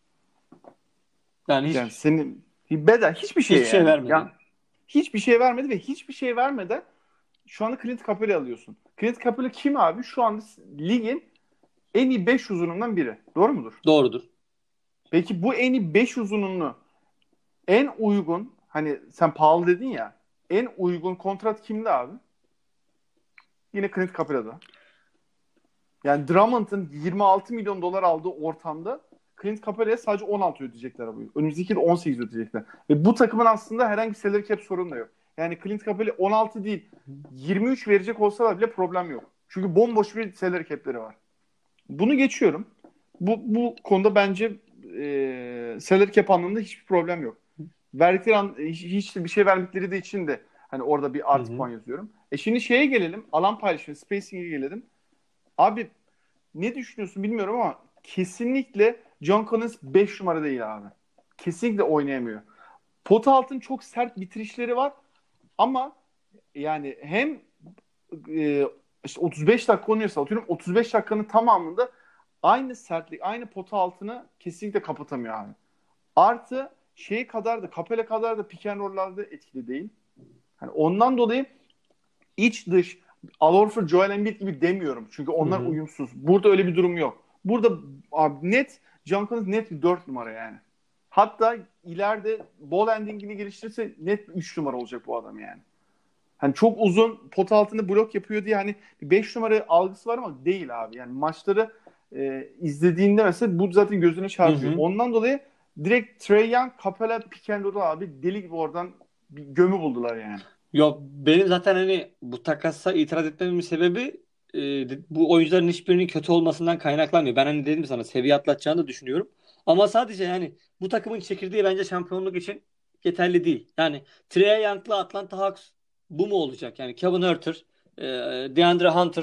Yani Yani senin bedel hiçbir şey hiçbir şey yani. vermedi. Yani hiçbir şey vermedi ve hiçbir şey vermeden şu anda Clint Capela alıyorsun. Clint Capela kim abi? Şu anda ligin en iyi 5 uzunundan biri. Doğru mudur? Doğrudur. Peki bu en iyi 5 uzununu en uygun hani sen pahalı dedin ya en uygun kontrat kimdi abi? Yine Clint Capela'da. Yani Drummond'ın 26 milyon dolar aldığı ortamda Clint Capela'ya sadece 16 ödeyecekler abi. Önümüzdeki yıl 18 ödeyecekler. Ve bu takımın aslında herhangi bir salary cap sorunu da yok. Yani Clint Capela 16 değil 23 verecek olsalar bile problem yok. Çünkü bomboş bir salary cap'leri var. Bunu geçiyorum. Bu konuda bence salary cap anlamında hiçbir problem yok. Verdikleri hiç bir şey vermekleri de için de hani orada bir Hı artı hı. puan yazıyorum. Şimdi şeye gelelim. Alan paylaşımı, spacing'e gelelim. Abi ne düşünüyorsun bilmiyorum ama kesinlikle John Collins 5 numara değil abi. Kesinlikle oynayamıyor. Pota altın çok sert bitirişleri var ama yani hem işte 35 dakika oynuyorsa atıyorum 35 dakikanın tamamında aynı sertlik, aynı pota altını kesinlikle kapatamıyor abi. Artı şey kadar da Capela kadar da pick and roll'larda etkili değil. Hani ondan dolayı iç dış Al Horford, Joel Embiid gibi demiyorum. Çünkü Hı onlar hı. uyumsuz. Burada öyle bir durum yok. Burada abi net John Collins net bir 4 numara yani. Hatta ileride ball handling'ini geliştirirse net 3 numara olacak bu adam yani. Hani çok uzun pot altında blok yapıyor diye hani bir 5 numara algısı var ama değil abi. Yani maçları izlediğinde mesela bu zaten gözüne Hı çarpıyor. hı. Ondan dolayı direkt Trae Young, Capela, pick and roll'u abi deli gibi oradan bir gömü buldular yani. Yok, benim zaten hani bu takasa itiraz etmemin sebebi bu oyuncuların hiçbirinin kötü olmasından kaynaklanmıyor. Ben hani dedim sana, seviye atlatacağını da düşünüyorum. Ama sadece yani bu takımın çekirdeği bence şampiyonluk için yeterli değil. Yani Trae Young'la Atlanta Hawks bu mu olacak? Yani Kevin Huerter, DeAndre Hunter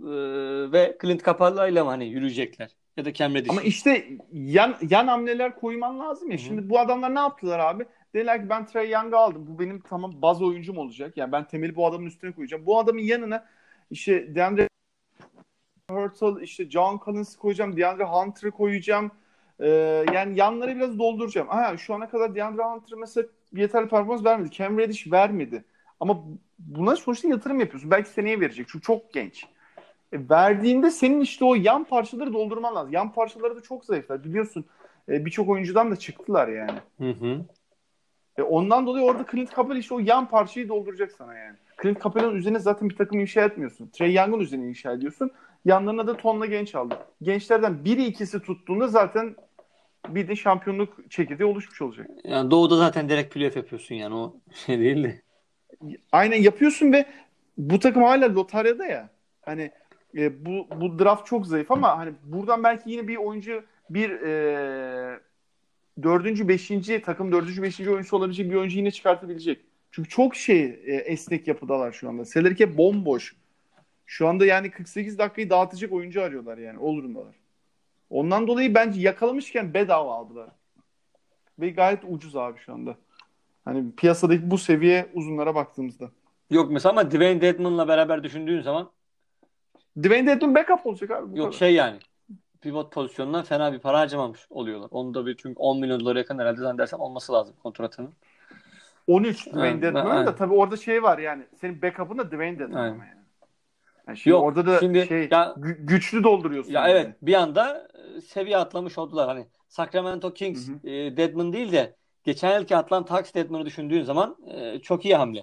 ve Clint Capela ile mi hani yürüyecekler? Ya da Cam Ama Reddish'le. işte yan hamleler koyman lazım Hı ya. hı. Şimdi bu adamlar ne yaptılar abi? Dediler ki ben Trae Young'ı aldım. Bu benim tamam baz oyuncum olacak. Yani ben temeli bu adamın üstüne koyacağım. Bu adamın yanına işte DeAndre Hurtle, işte John Collins'i koyacağım. DeAndre Hunter'ı koyacağım. Ee, yani yanları biraz dolduracağım. Şu ana kadar DeAndre Hunter mesela yeterli performans vermedi. Cam Reddish vermedi. Ama buna sonuçta yatırım yapıyorsun. Belki seneye verecek. Çünkü çok genç. Verdiğinde senin işte o yan parçaları doldurman lazım. Yan parçaları da çok zayıflar. Biliyorsun birçok oyuncudan da çıktılar yani. Hı hı. Ondan dolayı orada Clint Capela işte o yan parçayı dolduracak sana yani. Clint Capela'nın üzerine zaten bir takım inşa etmiyorsun. Trae Young'un üzerine inşa ediyorsun. Yanlarına da tonla genç aldın. Gençlerden biri ikisi tuttuğunda zaten bir de şampiyonluk çekirdeği oluşmuş olacak. Yani doğuda zaten direkt playoff yapıyorsun, yani o şey değil de. Aynen yapıyorsun ve bu takım hala lotaryada ya. Hani bu draft çok zayıf ama hani buradan belki yine bir oyuncu bir dördüncü, beşinci takım dördüncü, beşinci oyuncusu olabilecek bir oyuncu yine çıkartabilecek. Çünkü çok esnek yapıdalar şu anda. Salary cap bomboş. Şu anda yani 48 dakikayı dağıtacak oyuncu arıyorlar yani. O durumdalar. Ondan dolayı bence yakalamışken bedava aldılar. Ve gayet ucuz abi şu anda. Hani piyasadaki bu seviye uzunlara baktığımızda. Yok mesela, ama Dwayne Dedmon'la beraber düşündüğün zaman Dwayne Dedman backup olacak abi bu yok kadar. şey yani pivot pozisyonundan fena bir para harcamamış oluyorlar. Onu da bir, çünkü 10 milyon dolara yakın herhalde zannedersem olması lazım kontratının. 13 Dwayne Yani, Dedman da aynen, tabii orada şey var yani. Senin backup'ın da Dwayne Dedman ama aynen. yani. Yani şimdi Yok orada da şimdi ya, güçlü dolduruyorsun ya evet, yani. bir anda seviye atlamış oldular. Hani Sacramento Hı Kings hı. Dedmon değil de geçen yılki Atlanta Hawks Dedmon'u düşündüğün zaman çok iyi hamle.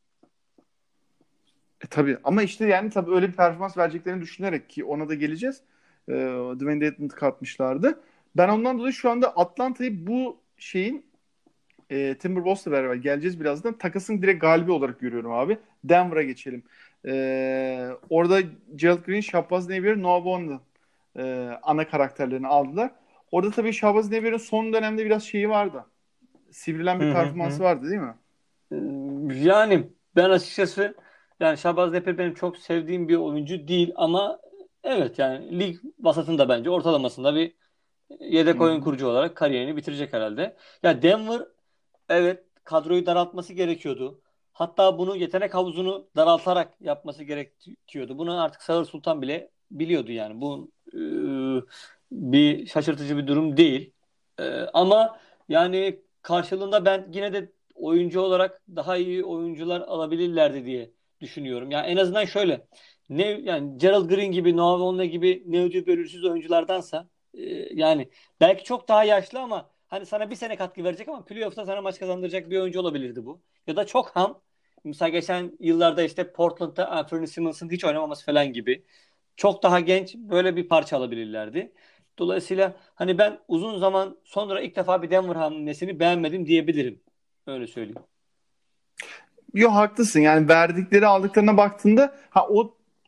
Tabii ama işte yani tabii öyle bir performans vereceklerini düşünerek ki ona da geleceğiz. Dwayne Dedman'ı katmışlardı. Ben ondan dolayı şu anda Atlanta'yı bu şeyin Timberwolves'la beraber geleceğiz birazdan. Takasın direkt galibi olarak görüyorum abi. Denver'a geçelim. Orada Gerald Green, Shabazz Napier, Noah Bonner ana karakterlerini aldılar. Orada tabii Shabazz Napier'in son dönemde biraz şeyi vardı. Sivrilen bir Hı hı performansı hı. vardı değil mi? Yani ben açıkçası, yani Şahbaz Lepir benim çok sevdiğim bir oyuncu değil ama evet, yani lig vasatında bence ortalamasında bir Hı yedek oyun hı. kurucu olarak kariyerini bitirecek herhalde. Ya Denver, evet, kadroyu daraltması gerekiyordu. Hatta bunu, yetenek havuzunu daraltarak yapması gerekiyordu. Bunu artık Sağır Sultan bile biliyordu yani. Bu bir şaşırtıcı bir durum değil. Ama yani karşılığında ben yine de oyuncu olarak daha iyi oyuncular alabilirlerdi diye düşünüyorum. Yani en azından şöyle, ne yani Gerald Green gibi, Noah Vonleh gibi ne ödül belirsiz oyunculardansa yani belki çok daha yaşlı ama hani sana bir sene katkı verecek ama playoff'ta sana maç kazandıracak bir oyuncu olabilirdi bu. Ya da çok ham. Mesela geçen yıllarda işte Portland'da Anthony Simmons'ın hiç oynamaması falan gibi. Çok daha genç böyle bir parça alabilirlerdi. Dolayısıyla hani ben uzun zaman sonra ilk defa bir Denver hamlesini beğenmedim diyebilirim. Öyle söyleyeyim. Yo haklısın yani verdikleri aldıklarına baktığında o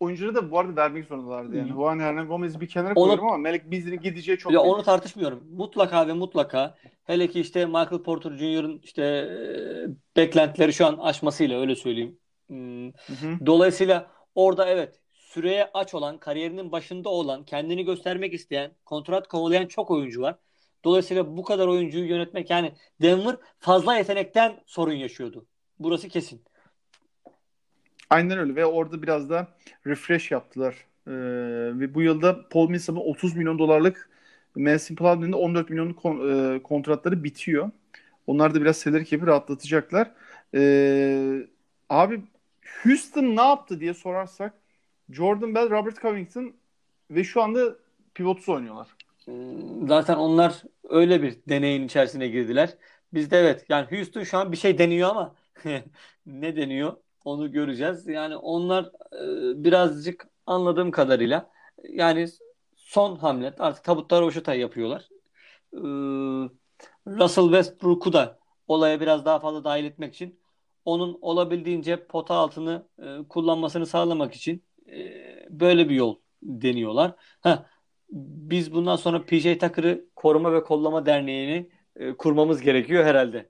oyuncuları da bu arada vermek zorundalardı. Yani Juan Hernan Gomez'i bir kenara Onu koyuyorum ama Malik Beasley'nin gideceği çok Ya belli. onu tartışmıyorum. Mutlaka ve mutlaka, hele ki işte Michael Porter Jr.'ın işte beklentileri şu an aşmasıyla, öyle söyleyeyim. Hmm. Hı hı. Dolayısıyla orada evet, süreye aç olan, kariyerinin başında olan, kendini göstermek isteyen, kontrat kovalayan çok oyuncu var. Dolayısıyla bu kadar oyuncuyu yönetmek, yani Denver fazla yetenekten sorun yaşıyordu. Burası kesin. Aynen öyle ve orada biraz da refresh yaptılar. Ve bu yılda Paul Millsap'ın 30 milyon dolarlık, Nelson Plumlee'nin de 14 milyonluk kontratları bitiyor. Onlar da biraz salary cap'i rahatlatacaklar. Abi Houston ne yaptı diye sorarsak Jordan Bell, Robert Covington ve şu anda pivotsuz oynuyorlar. Zaten onlar öyle bir deneyin içerisine girdiler. Biz de evet, yani Houston şu an bir şey deniyor ama ne deniyor onu göreceğiz. Yani onlar birazcık anladığım kadarıyla, yani son hamle artık, tabutlar Roşat'a yapıyorlar. Ee, Russell Westbrook'u da olaya biraz daha fazla dahil etmek için, onun olabildiğince pota altını kullanmasını sağlamak için böyle bir yol deniyorlar. Heh, biz bundan sonra PJ Tucker'ı Koruma ve Kollama Derneği'ni kurmamız gerekiyor herhalde.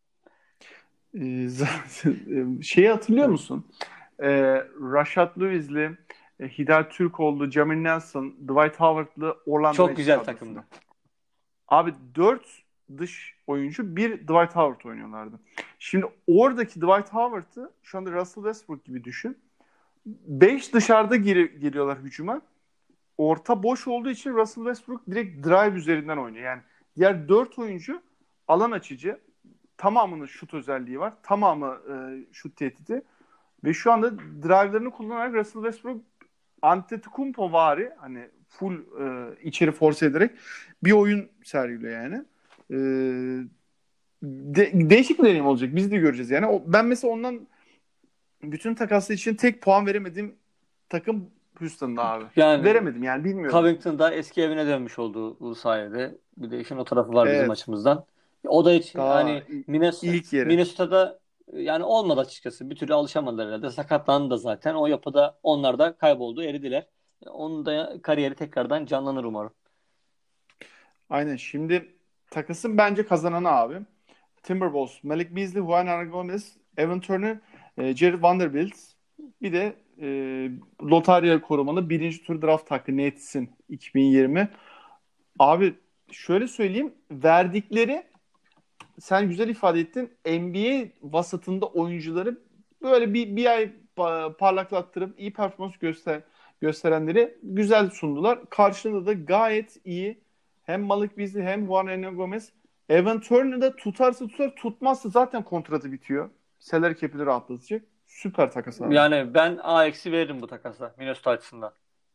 Şeyi hatırlıyor Hı. musun? Rashad Lewis'li, Hidayet Türkoğlu, Jameer Nelson, Dwight Howard'lı Orlando Çok Magic güzel kadrosunu. takımdı. Abi 4 dış oyuncu, bir Dwight Howard oynuyorlardı. Şimdi oradaki Dwight Howard'ı şu anda Russell Westbrook gibi düşün. 5 dışarıda giriyorlar hücuma. Orta boş olduğu için Russell Westbrook direkt drive üzerinden oynuyor. Yani diğer 4 oyuncu alan açıcı. Tamamının şut özelliği var. Tamamı şut tehdidi. Ve şu anda drive'larını kullanarak Russell Westbrook Antetokounmpo vari, hani full içeri force ederek bir oyun sergiliyor yani. E, değişik bir deneyim olacak. Biz de göreceğiz yani. Ben mesela ondan bütün takaslar için tek puan veremediğim takım Houston'da abi. Yani Veremedim yani, bilmiyorum. Covington da eski evine dönmüş oldu bu sayede. Bir de işin o tarafı var bizim Evet. açımızdan. O da hiç, Daha hani ilk yeri. Minnesota'da yani olmadı açıkçası. Bir türlü alışamadılar herhalde. Sakatlandı da zaten. O yapıda onlar da kayboldu, eridiler. Onun da kariyeri tekrardan canlanır umarım. Aynen. Şimdi takasın bence kazananı abi. Timberwolves, Malik Beasley, Juan Aragones, Evan Turner, Jared Vanderbilt. Bir de lotarya korumalı birinci tur draft hakkı Nets'in 2020. Abi şöyle söyleyeyim. Verdikleri, sen güzel ifade ettin, NBA vasatında oyuncuları böyle bir ay parlaklattırıp iyi performans gösterenleri güzel sundular. Karşılığında da gayet iyi hem Malik Beasley hem Juan Hernan Gomez. Evan Turner'da tutarsa tutar, tutmazsa zaten kontratı bitiyor. Salary cap'i rahatlatacak. Süper takas abi. Yani ben A eksi veririm bu takasa Minnesota açısından.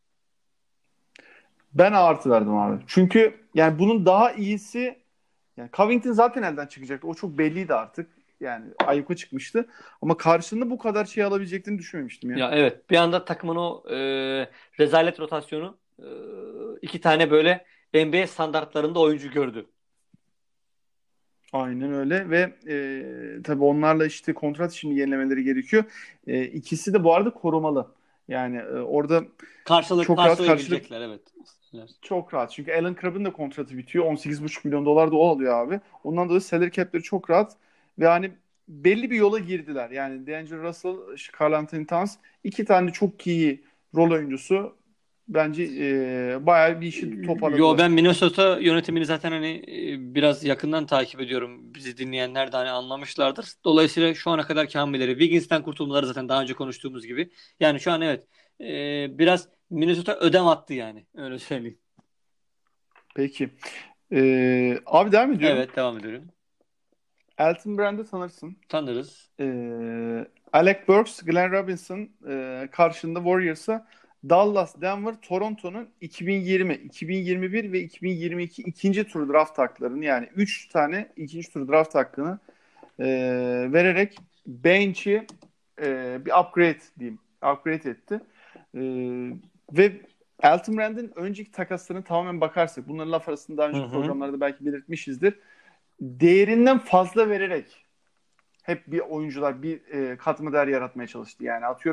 Ben artı verdim abi. Çünkü yani bunun daha iyisi, yani Covington zaten elden çıkacaktı. O çok belliydi artık. Yani ayyuka çıkmıştı. Ama karşılığında bu kadar şey alabileceklerini düşünmemiştim ya. Ya evet, bir anda takımın o rezalet rotasyonu iki tane böyle NBA standartlarında oyuncu gördü. Aynen öyle ve tabii onlarla işte kontrat şimdi yenilemeleri gerekiyor. İkisi de bu arada korumalı. Yani orada çok rahat karşılık, Karşılayabilecekler, evet. İsterler. çok rahat. Çünkü Alan Crabb'ın da kontratı bitiyor. 18,5 milyon dolar da o alıyor abi. Ondan dolayı salary cap'leri çok rahat ve hani belli bir yola girdiler. Yani D'Angelo Russell, Karl Anthony Towns, iki tane çok iyi rol oyuncusu bence bayağı bir işi Yo, toparladılar. ben Minnesota yönetimini zaten hani biraz yakından takip ediyorum. Bizi dinleyenler de hani anlamışlardır. Dolayısıyla şu ana kadar hamleleri, Wiggins'ten kurtulmaları zaten daha önce konuştuğumuz gibi. Yani şu an evet, biraz Minnesota ödem attı yani. Öyle söyleyeyim. Peki. Abi devam ediyorum. Evet, devam ediyorum. Elton Brand'ı tanırsın. Tanırız. Alec Burks, Glenn Robinson karşında Warriors'a Dallas, Denver, Toronto'nun 2020, 2021 ve 2022 ikinci tur draft haklarını, yani 3 tane ikinci tur draft hakkını e, vererek bench'i bir upgrade diyeyim. Upgrade etti. E, ve Elton Brand'in önceki takaslarına tamamen bakarsak, bunların laf arasında daha Hı önceki hı. programlarda belki belirtmişizdir. Değerinden fazla vererek hep bir oyuncular bir katma değer yaratmaya çalıştı. Yani atıyorum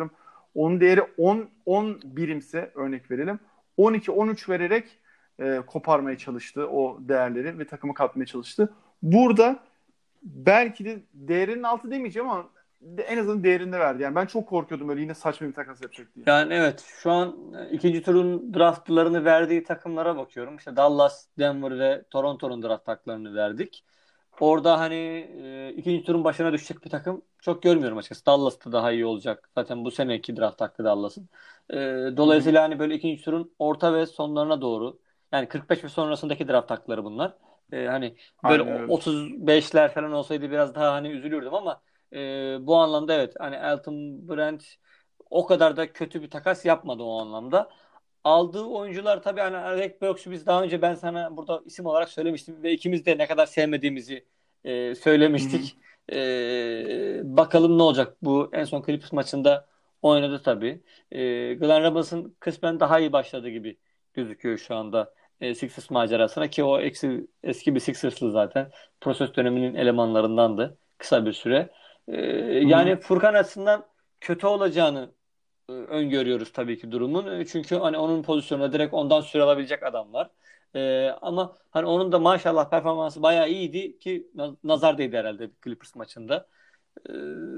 Onun değeri 10 birimse örnek verelim. 12-13 vererek koparmaya çalıştı o değerleri ve takımı katmaya çalıştı. Burada belki de değerinin altı demeyeceğim ama en azından değerinde verdi. Yani ben çok korkuyordum öyle yine saçma bir takas yapacak diye. Yani evet, şu an ikinci turun draftlarını verdiği takımlara bakıyorum. İşte Dallas, Denver ve Toronto'nun draft haklarını verdik. Orada hani ikinci turun başına düşecek bir takım çok görmüyorum açıkçası. Dallas da daha iyi olacak. Zaten bu seneki draft hakkı Dallas'ın. E, Hı hı. Dolayısıyla hani böyle ikinci turun orta ve sonlarına doğru, yani 45 ve sonrasındaki draft hakları bunlar. Hani böyle Aynen öyle. 35'ler falan olsaydı biraz daha hani üzülürdüm ama bu anlamda evet, hani Elton Brand o kadar da kötü bir takas yapmadı o anlamda. Aldığı oyuncular tabii, hani Alec Burks'u biz daha önce, ben sana burada isim olarak söylemiştim ve ikimiz de ne kadar sevmediğimizi Hı hı. söylemiştik. Bakalım ne olacak. Bu en son Clippers maçında oynadı tabii. Glenn Robinson kısmen daha iyi başladı gibi gözüküyor şu anda Sixers macerasına, ki o eski bir Sixers'lı zaten. Proses döneminin elemanlarındandı kısa bir süre. Hı hı. Yani Furkan açısından kötü olacağını öngörüyoruz tabii ki durumun. Çünkü hani onun pozisyonuna direkt ondan süre alabilecek adam var. Ama hani onun da maşallah performansı bayağı iyiydi ki nazar değdi herhalde Clippers maçında. Ee,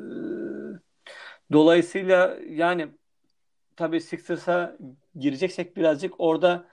Dolayısıyla yani tabii Sixers'a gireceksek birazcık orada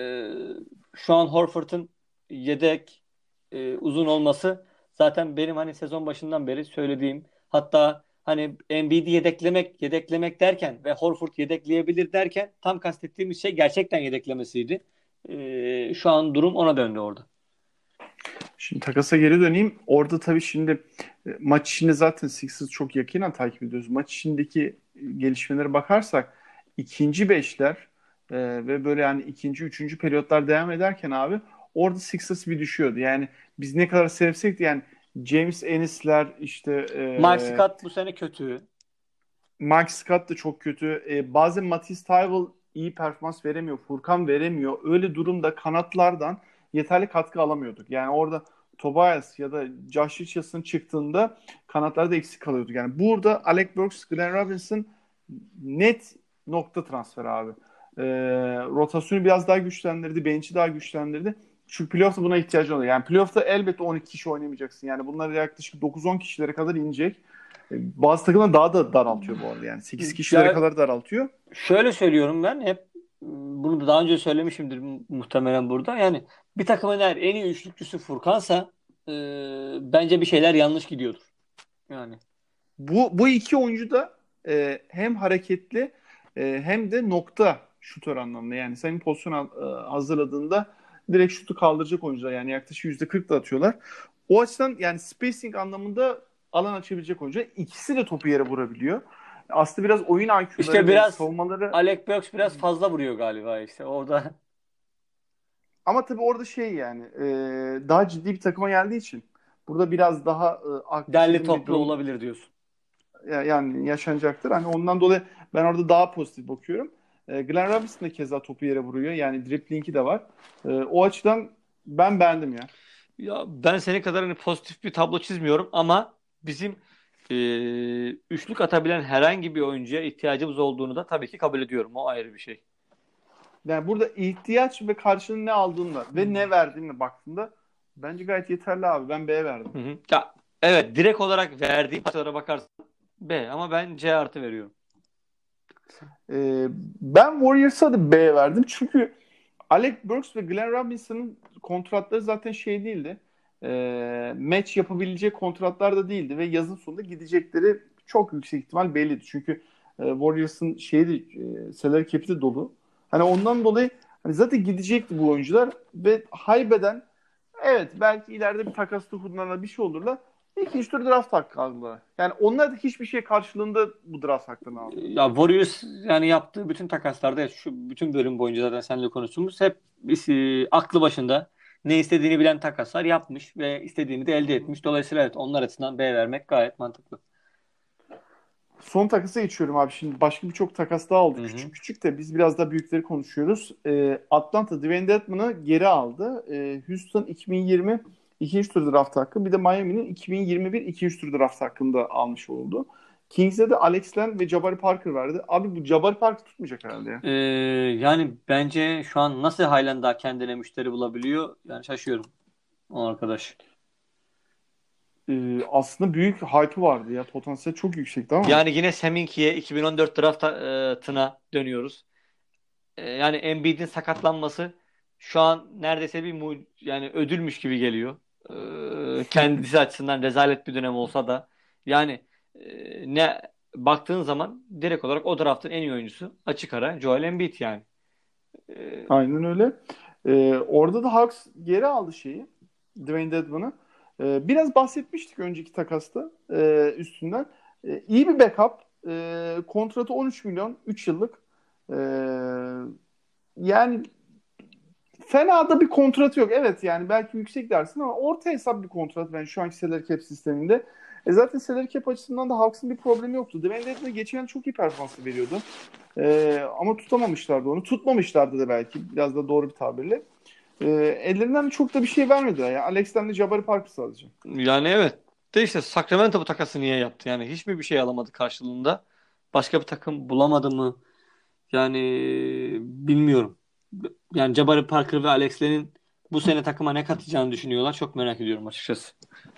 şu an Horford'un yedek uzun olması zaten benim hani sezon başından beri söylediğim, hatta hani Embiid'i yedeklemek derken ve Horford yedekleyebilir derken tam kastettiğimiz şey gerçekten yedeklemesiydi. Şu an durum ona döndü orada. Şimdi takasa geri döneyim. Orada tabii şimdi maç içinde zaten Sixers çok yakinen takip ediyoruz. Maç içindeki gelişmelere bakarsak ikinci beşler ve böyle yani ikinci, üçüncü periyotlar devam ederken abi orada Sixers bir düşüyordu. Yani biz ne kadar sevsek de yani James Ennis'ler işte Mike Scott bu sene kötü. Mike Scott da çok kötü. Bazen Matisse Thybulle iyi performans veremiyor. Furkan veremiyor. Öyle durumda kanatlardan yeterli katkı alamıyorduk. Yani orada Tobias ya da Josh Richardson çıktığında kanatlarda eksik kalıyorduk. Yani burada Alec Burks, Glenn Robinson net nokta transfer abi. Rotasyonu biraz daha güçlendirdi. Bench'i daha güçlendirdi. Çünkü playoff'ta buna ihtiyacı oluyor. Yani playoff'ta elbette 12 kişi oynamayacaksın. Yani bunlar yaklaşık 9-10 kişilere kadar inecek. Bazı takımlar daha da daraltıyor bu arada yani. 8 kişilere Ya kadar daraltıyor. şöyle söylüyorum, ben hep bunu da daha önce söylemişimdir muhtemelen burada. Yani bir takımın eğer en iyi üçlükçüsü Furkan'sa bence bir şeyler yanlış gidiyordur. Yani. Bu iki oyuncu da hem hareketli hem de nokta şutör anlamında. Yani senin pozisyon hazırladığında direkt şutu kaldıracak oyuncular. Yani yaklaşık %40 da atıyorlar. O açıdan yani spacing anlamında alan açabilecek oyuncular. İkisi de topu yere vurabiliyor. Aslında biraz oyun İşte IQ'ları ve biraz savunmaları Alec Burks biraz fazla vuruyor galiba işte orada. ama tabii orada şey yani daha ciddi bir takıma geldiği için burada biraz daha Derli aksizin bir toplu durum olabilir diyorsun. yani yaşanacaktır. Hani ondan dolayı ben orada daha pozitif bakıyorum. Glenn Robinson da keza topu yere vuruyor. Yani dribbling'i de var. O açıdan ben beğendim ya. Ya ben seni kadar hani pozitif bir tablo çizmiyorum ama bizim üçlük atabilen herhangi bir oyuncuya ihtiyacımız olduğunu da tabii ki kabul ediyorum. O ayrı bir şey. Yani burada ihtiyaç ve karşılığını ne aldığında ve ne verdiğine baktığında bence gayet yeterli abi. Ben B'ye verdim. Hı hı. Ya evet, direkt olarak verdiğim parçalara bakarsan B, ama ben C artı veriyorum. Ee, Ben Warriors'a da B verdim. Çünkü Alec Burks ve Glenn Robinson'ın kontratları zaten şey değildi. Match yapabilecek kontratlar da değildi ve yazın sonunda gidecekleri çok yüksek ihtimal belliydi. Çünkü Warriors'ın salary cap'i de dolu. Hani ondan dolayı hani zaten gidecekti bu oyuncular ve haybeden evet belki ileride bir takaslı kullanırlar bir şey olurlar. İkinci tur draft hakkı aldılar. Yani onlar da hiçbir şey karşılığında bu draft hakkını aldılar. Ya Warriors yani yaptığı bütün takaslarda, şu bütün bölüm boyunca zaten seninle konuştuğumuz hep aklı başında ne istediğini bilen takaslar yapmış ve istediğini de elde etmiş. Dolayısıyla evet, onlar açısından B vermek gayet mantıklı. Son takasa geçiyorum abi. Şimdi başka birçok takas daha oldu. Hı hı. Küçük küçük de biz biraz daha büyükleri konuşuyoruz. Atlanta Dwayne Dedman'ı geri aldı. Houston 2020 ikinci tur draft hakkı. Bir de Miami'nin 2021 ikinci tur draft hakkını da almış oldu. Kings'e de Alex Len ve Jabari Parker verdi. Abi bu Jabari Parker tutmayacak herhalde ya. Ee, Yani bence şu an nasıl halen daha kendine müşteri bulabiliyor? Yani şaşıyorum o arkadaş. Aslında büyük hype'ı vardı ya. Potansiyel çok yüksekti ama. Yani yine Seminki'ye 2014 draftına dönüyoruz. Yani Embiid'in sakatlanması şu an neredeyse yani ödülmüş gibi geliyor. Kendisi açısından rezalet bir dönem olsa da yani ne baktığın zaman direkt olarak o draftın en iyi oyuncusu açık ara Joel Embiid yani. E, Aynen öyle. Orada da Hawks geri aldı şeyi. Dwayne Dedman'ı. Biraz bahsetmiştik önceki takasta üstünden. İyi bir backup. Kontratı 13 milyon. 3 yıllık. Ee, Yani fena da bir kontratı yok. Evet yani belki yüksek dersin ama orta hesap bir kontrat ben şu anki salary cap sisteminde. Zaten salary cap açısından da Hawks'ın bir problemi yoktu. Dwayne Dedman geçen yıl çok iyi performansı veriyordu. Ama tutamamışlardı onu. Tutmamışlardı da belki. Biraz da doğru bir tabirle. Ellerinden çok da bir şey vermediler. Yani Alex'ten de Jabari Parker sadece. Yani evet. De işte Sacramento bu takası niye yaptı? Yani hiç mi bir şey alamadı karşılığında? Başka bir takım bulamadı mı? Yani bilmiyorum. Yani Jabari Parker ve Alex Len'in bu sene takıma ne katacağını düşünüyorlar. Çok merak ediyorum açıkçası.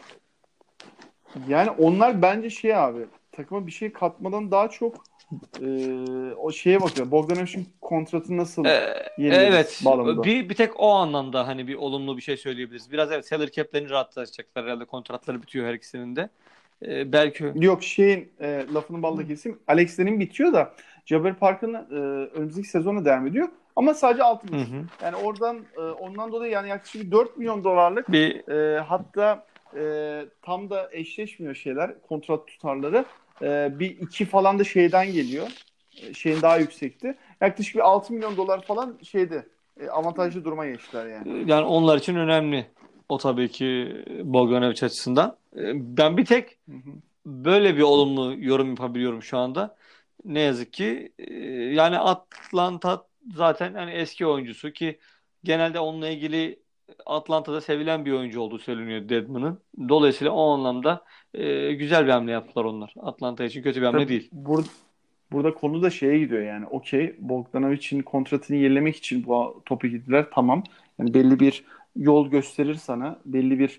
Yani onlar bence şey abi takıma bir şey katmadan daha çok e, o şeye bakıyor. Bogdanovic'in kontratı nasıl yenileriz Evet. bağlamında. Bir tek o anlamda hani bir olumlu bir şey söyleyebiliriz. Biraz evet salary cap'lerini rahatlatacaklar herhalde. Kontratları bitiyor her ikisinin de. Belki. Yok şeyin lafını balla keseyim. Alex'lerin bitiyor da Jabari Parker'ın önümüzdeki sezona devam ediyor. Ama sadece altı Hı buçuk. hı. Yani ondan dolayı yani yaklaşık 4 milyon dolarlık Bir hatta tam da eşleşmiyor şeyler kontrat tutarları. Bir iki falan da şeyden geliyor. Şeyin daha yüksekti. Yaklaşık bir 6 milyon dolar falan şeydi. Avantajlı duruma geçtiler yani. yani onlar için önemli. O tabii ki Bogdanovic açısından. Ben bir tek Hı hı. böyle bir olumlu yorum yapabiliyorum şu anda. Ne yazık ki yani Atlanta zaten hani eski oyuncusu ki genelde onunla ilgili Atlanta'da sevilen bir oyuncu olduğu söyleniyor Dedman'ın. Dolayısıyla o anlamda güzel bir hamle yaptılar onlar. Atlanta için kötü bir hamle Tabii değil. burada konu da şeye gidiyor yani. Okey, Bogdanovic'in kontratını yenilemek için bu topu gittiler. Tamam. Yani belli bir yol gösterir sana. Belli bir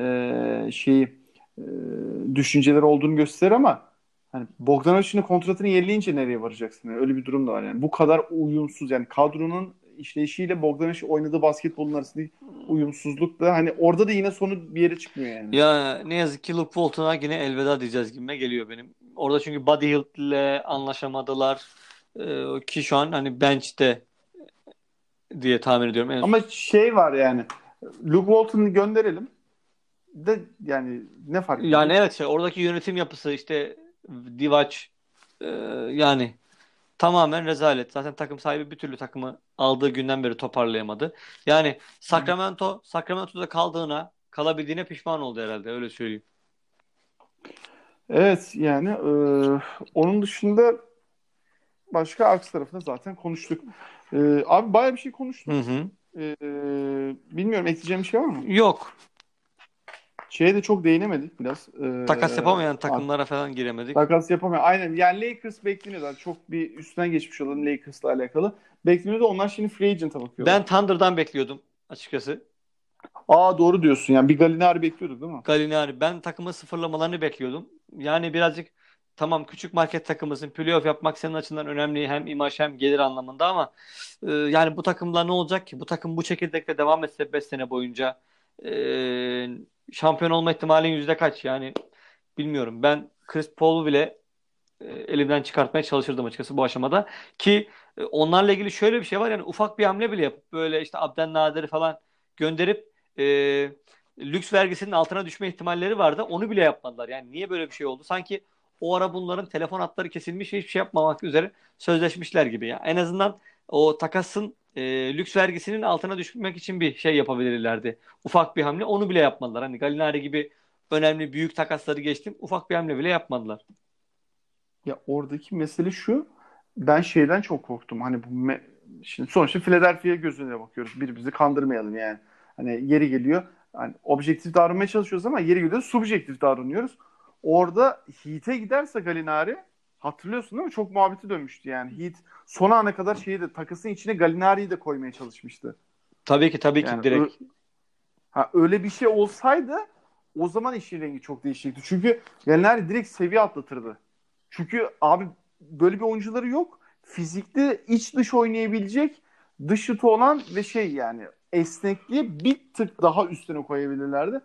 şeyi e, düşünceleri olduğunu gösterir ama hani Bogdanovic'in kontratını yenileyince nereye varacaksın? Yani öyle bir durum da var yani. Bu kadar uyumsuz yani kadronun işleyişiyle Bogdanovic oynadığı basketbolun arasındaki uyumsuzluk da hani orada da yine sonu bir yere çıkmıyor yani. Ya ne yazık ki Luke Walton'a yine elveda diyeceğiz gibime geliyor benim. Orada çünkü Buddy Hield ile anlaşamadılar. Ki şu an hani bench'te diye tahmin ediyorum. Ama şey var yani. Luke Walton'u gönderelim. De yani ne fark Yani edecek? evet oradaki yönetim yapısı işte Divac e, yani tamamen rezalet. Zaten takım sahibi bir türlü takımı aldığı günden beri toparlayamadı. Yani Sacramento'da kalabildiğine pişman oldu herhalde öyle söyleyeyim. Evet yani onun dışında başka aks tarafında zaten konuştuk. Abi baya bir şey Hı konuştuk. hı. E, Bilmiyorum ekleyeceğim bir şey var mı? Yok. Şeye de çok değinemedik biraz. Takas yapamayan Artık takımlara falan giremedik. takas yapamıyor. Aynen yani Lakers bekleniyorlar. Çok bir üstünden geçmiş olalım Lakers'la alakalı. Bekleniyordu. Onlar şimdi free agent'a bakıyorlar. Ben Thunder'dan bekliyordum açıkçası. Aa doğru diyorsun. Yani bir Gallinari bekliyorduk değil mi? Gallinari. Ben takımı sıfırlamalarını bekliyordum. Yani birazcık tamam küçük market takımısın. Playoff yapmak senin açından önemli. Hem imaj hem gelir anlamında ama yani bu takımla ne olacak ki? Bu takım bu çekirdekle devam etse 5 sene boyunca e, şampiyon olma ihtimalin yüzde kaç? Yani bilmiyorum. Ben Chris Paul'u bile elimden çıkartmaya çalışırdım açıkçası bu aşamada. Ki onlarla ilgili şöyle bir şey var. Yani ufak bir hamle bile yapıp böyle işte Abdelnader'i falan gönderip lüks vergisinin altına düşme ihtimalleri vardı. Onu bile yapmadılar. Yani niye böyle bir şey oldu? Sanki o ara bunların telefon hatları kesilmiş ve hiçbir şey yapmamak üzere sözleşmişler gibi ya. En azından o takasın lüks vergisinin altına düşmek için bir şey yapabilirlerdi. Ufak bir hamle. Onu bile yapmadılar. Hani Gallinari gibi önemli büyük takasları geçtim. Ufak bir hamle bile yapmadılar. Ya oradaki mesele şu. Ben şeyden çok korktum. Hani şimdi sonuçta Philadelphia gözüne bakıyoruz. Birbirimizi kandırmayalım yani. Hani yeri geliyor. Hani objektif davranmaya çalışıyoruz ama yeri geliyor subjektif davranıyoruz. Orada Heat'e giderse Gallinari, hatırlıyorsun değil mi? Çok muhabbeti dönmüştü yani. Heat son ana kadar şeyi de, takısın içine Gallinari'yi de koymaya çalışmıştı. Tabii ki, tabii ki Yani direkt. öyle bir şey olsaydı o zaman işin rengi çok değişecekti. Çünkü Gallinari direkt seviye atlatırdı. Çünkü abi böyle bir oyuncuları yok. Fizikli iç dış oynayabilecek, dış şutu olan ve şey yani esnekliği bir tık daha üstüne koyabilirlerdi.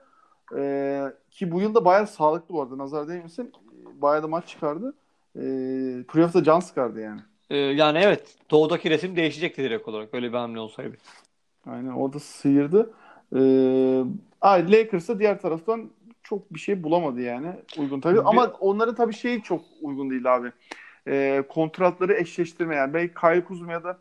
Ki bu yıl da bayağı sağlıklı bu arada. Nazar değmesin. Bayağı da maç çıkardı. Playoff'ta can sıkardı yani. Yani evet, doğudaki resim değişecekti direkt olarak öyle bir hamle olsaydı. Aynen orada sıyırdı. Lakers da diğer taraftan çok bir şey bulamadı yani. Uygun tabii. Bir, Ama onların tabii şeyi çok uygun değil abi. Kontratları eşleştirme yani. Belki Kyle Kuzma ya da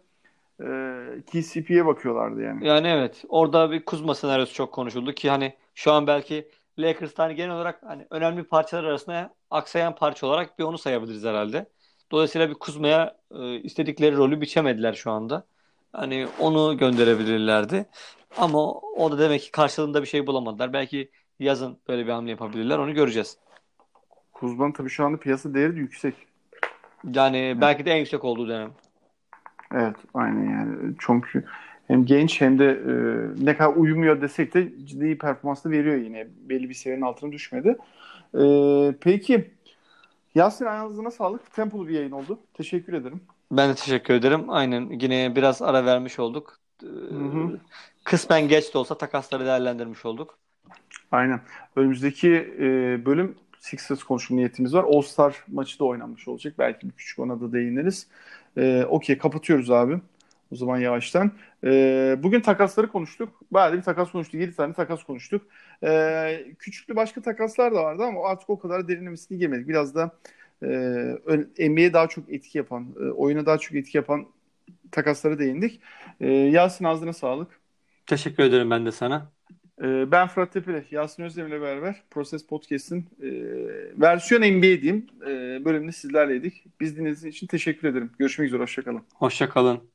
KCP'ye bakıyorlardı yani. Yani evet, orada bir Kuzma senaryosu çok konuşuldu ki hani şu an belki Lakers'ta hani genel olarak hani önemli parçalar arasında aksayan parça olarak bir onu sayabiliriz herhalde. Dolayısıyla bir Kuzma'ya istedikleri rolü biçemediler şu anda. Hani onu gönderebilirlerdi. Ama o da demek ki karşılığında bir şey bulamadılar. Belki yazın böyle bir hamle yapabilirler. Onu göreceğiz. Kuzma'nın tabii şu anda piyasa değeri de yüksek. Yani Yani, belki de en yüksek olduğu dönem. evet aynen yani. Çünkü hem genç hem de ne kadar uyumuyor desek de ciddi performans da veriyor yine. Belli bir seviyenin altına düşmedi. Peki Yasin ayağınıza sağlık. Tempolu bir yayın oldu. Teşekkür ederim. Ben de teşekkür ederim. Aynen, yine biraz ara vermiş olduk. Hı hı. Kısmen geç de olsa takasları değerlendirmiş olduk. Aynen. Önümüzdeki bölüm Sixers konuşma niyetimiz var. All-Star maçı da oynanmış olacak. Belki bir küçük ona da değiniriz. Okey kapatıyoruz abi. O zaman yavaştan. Bugün takasları konuştuk. Bayağı da bir takas konuştuk. 7 tane takas konuştuk. Küçüklü başka takaslar da vardı ama artık o kadar derinlemesine girmedik. Biraz da NBA'ye daha çok etki yapan, oyuna daha çok etki yapan takaslara değindik. Yasin ağzına sağlık. Teşekkür ederim ben de sana. Ben Fırat Tepeli, Yasin Özdemir'le beraber Proses Podcast'in versiyon NBA diyeyim bölümünü sizlerleydik. Biz dinlediğiniz için teşekkür ederim. Görüşmek üzere, hoşçakalın. Hoşça kalın.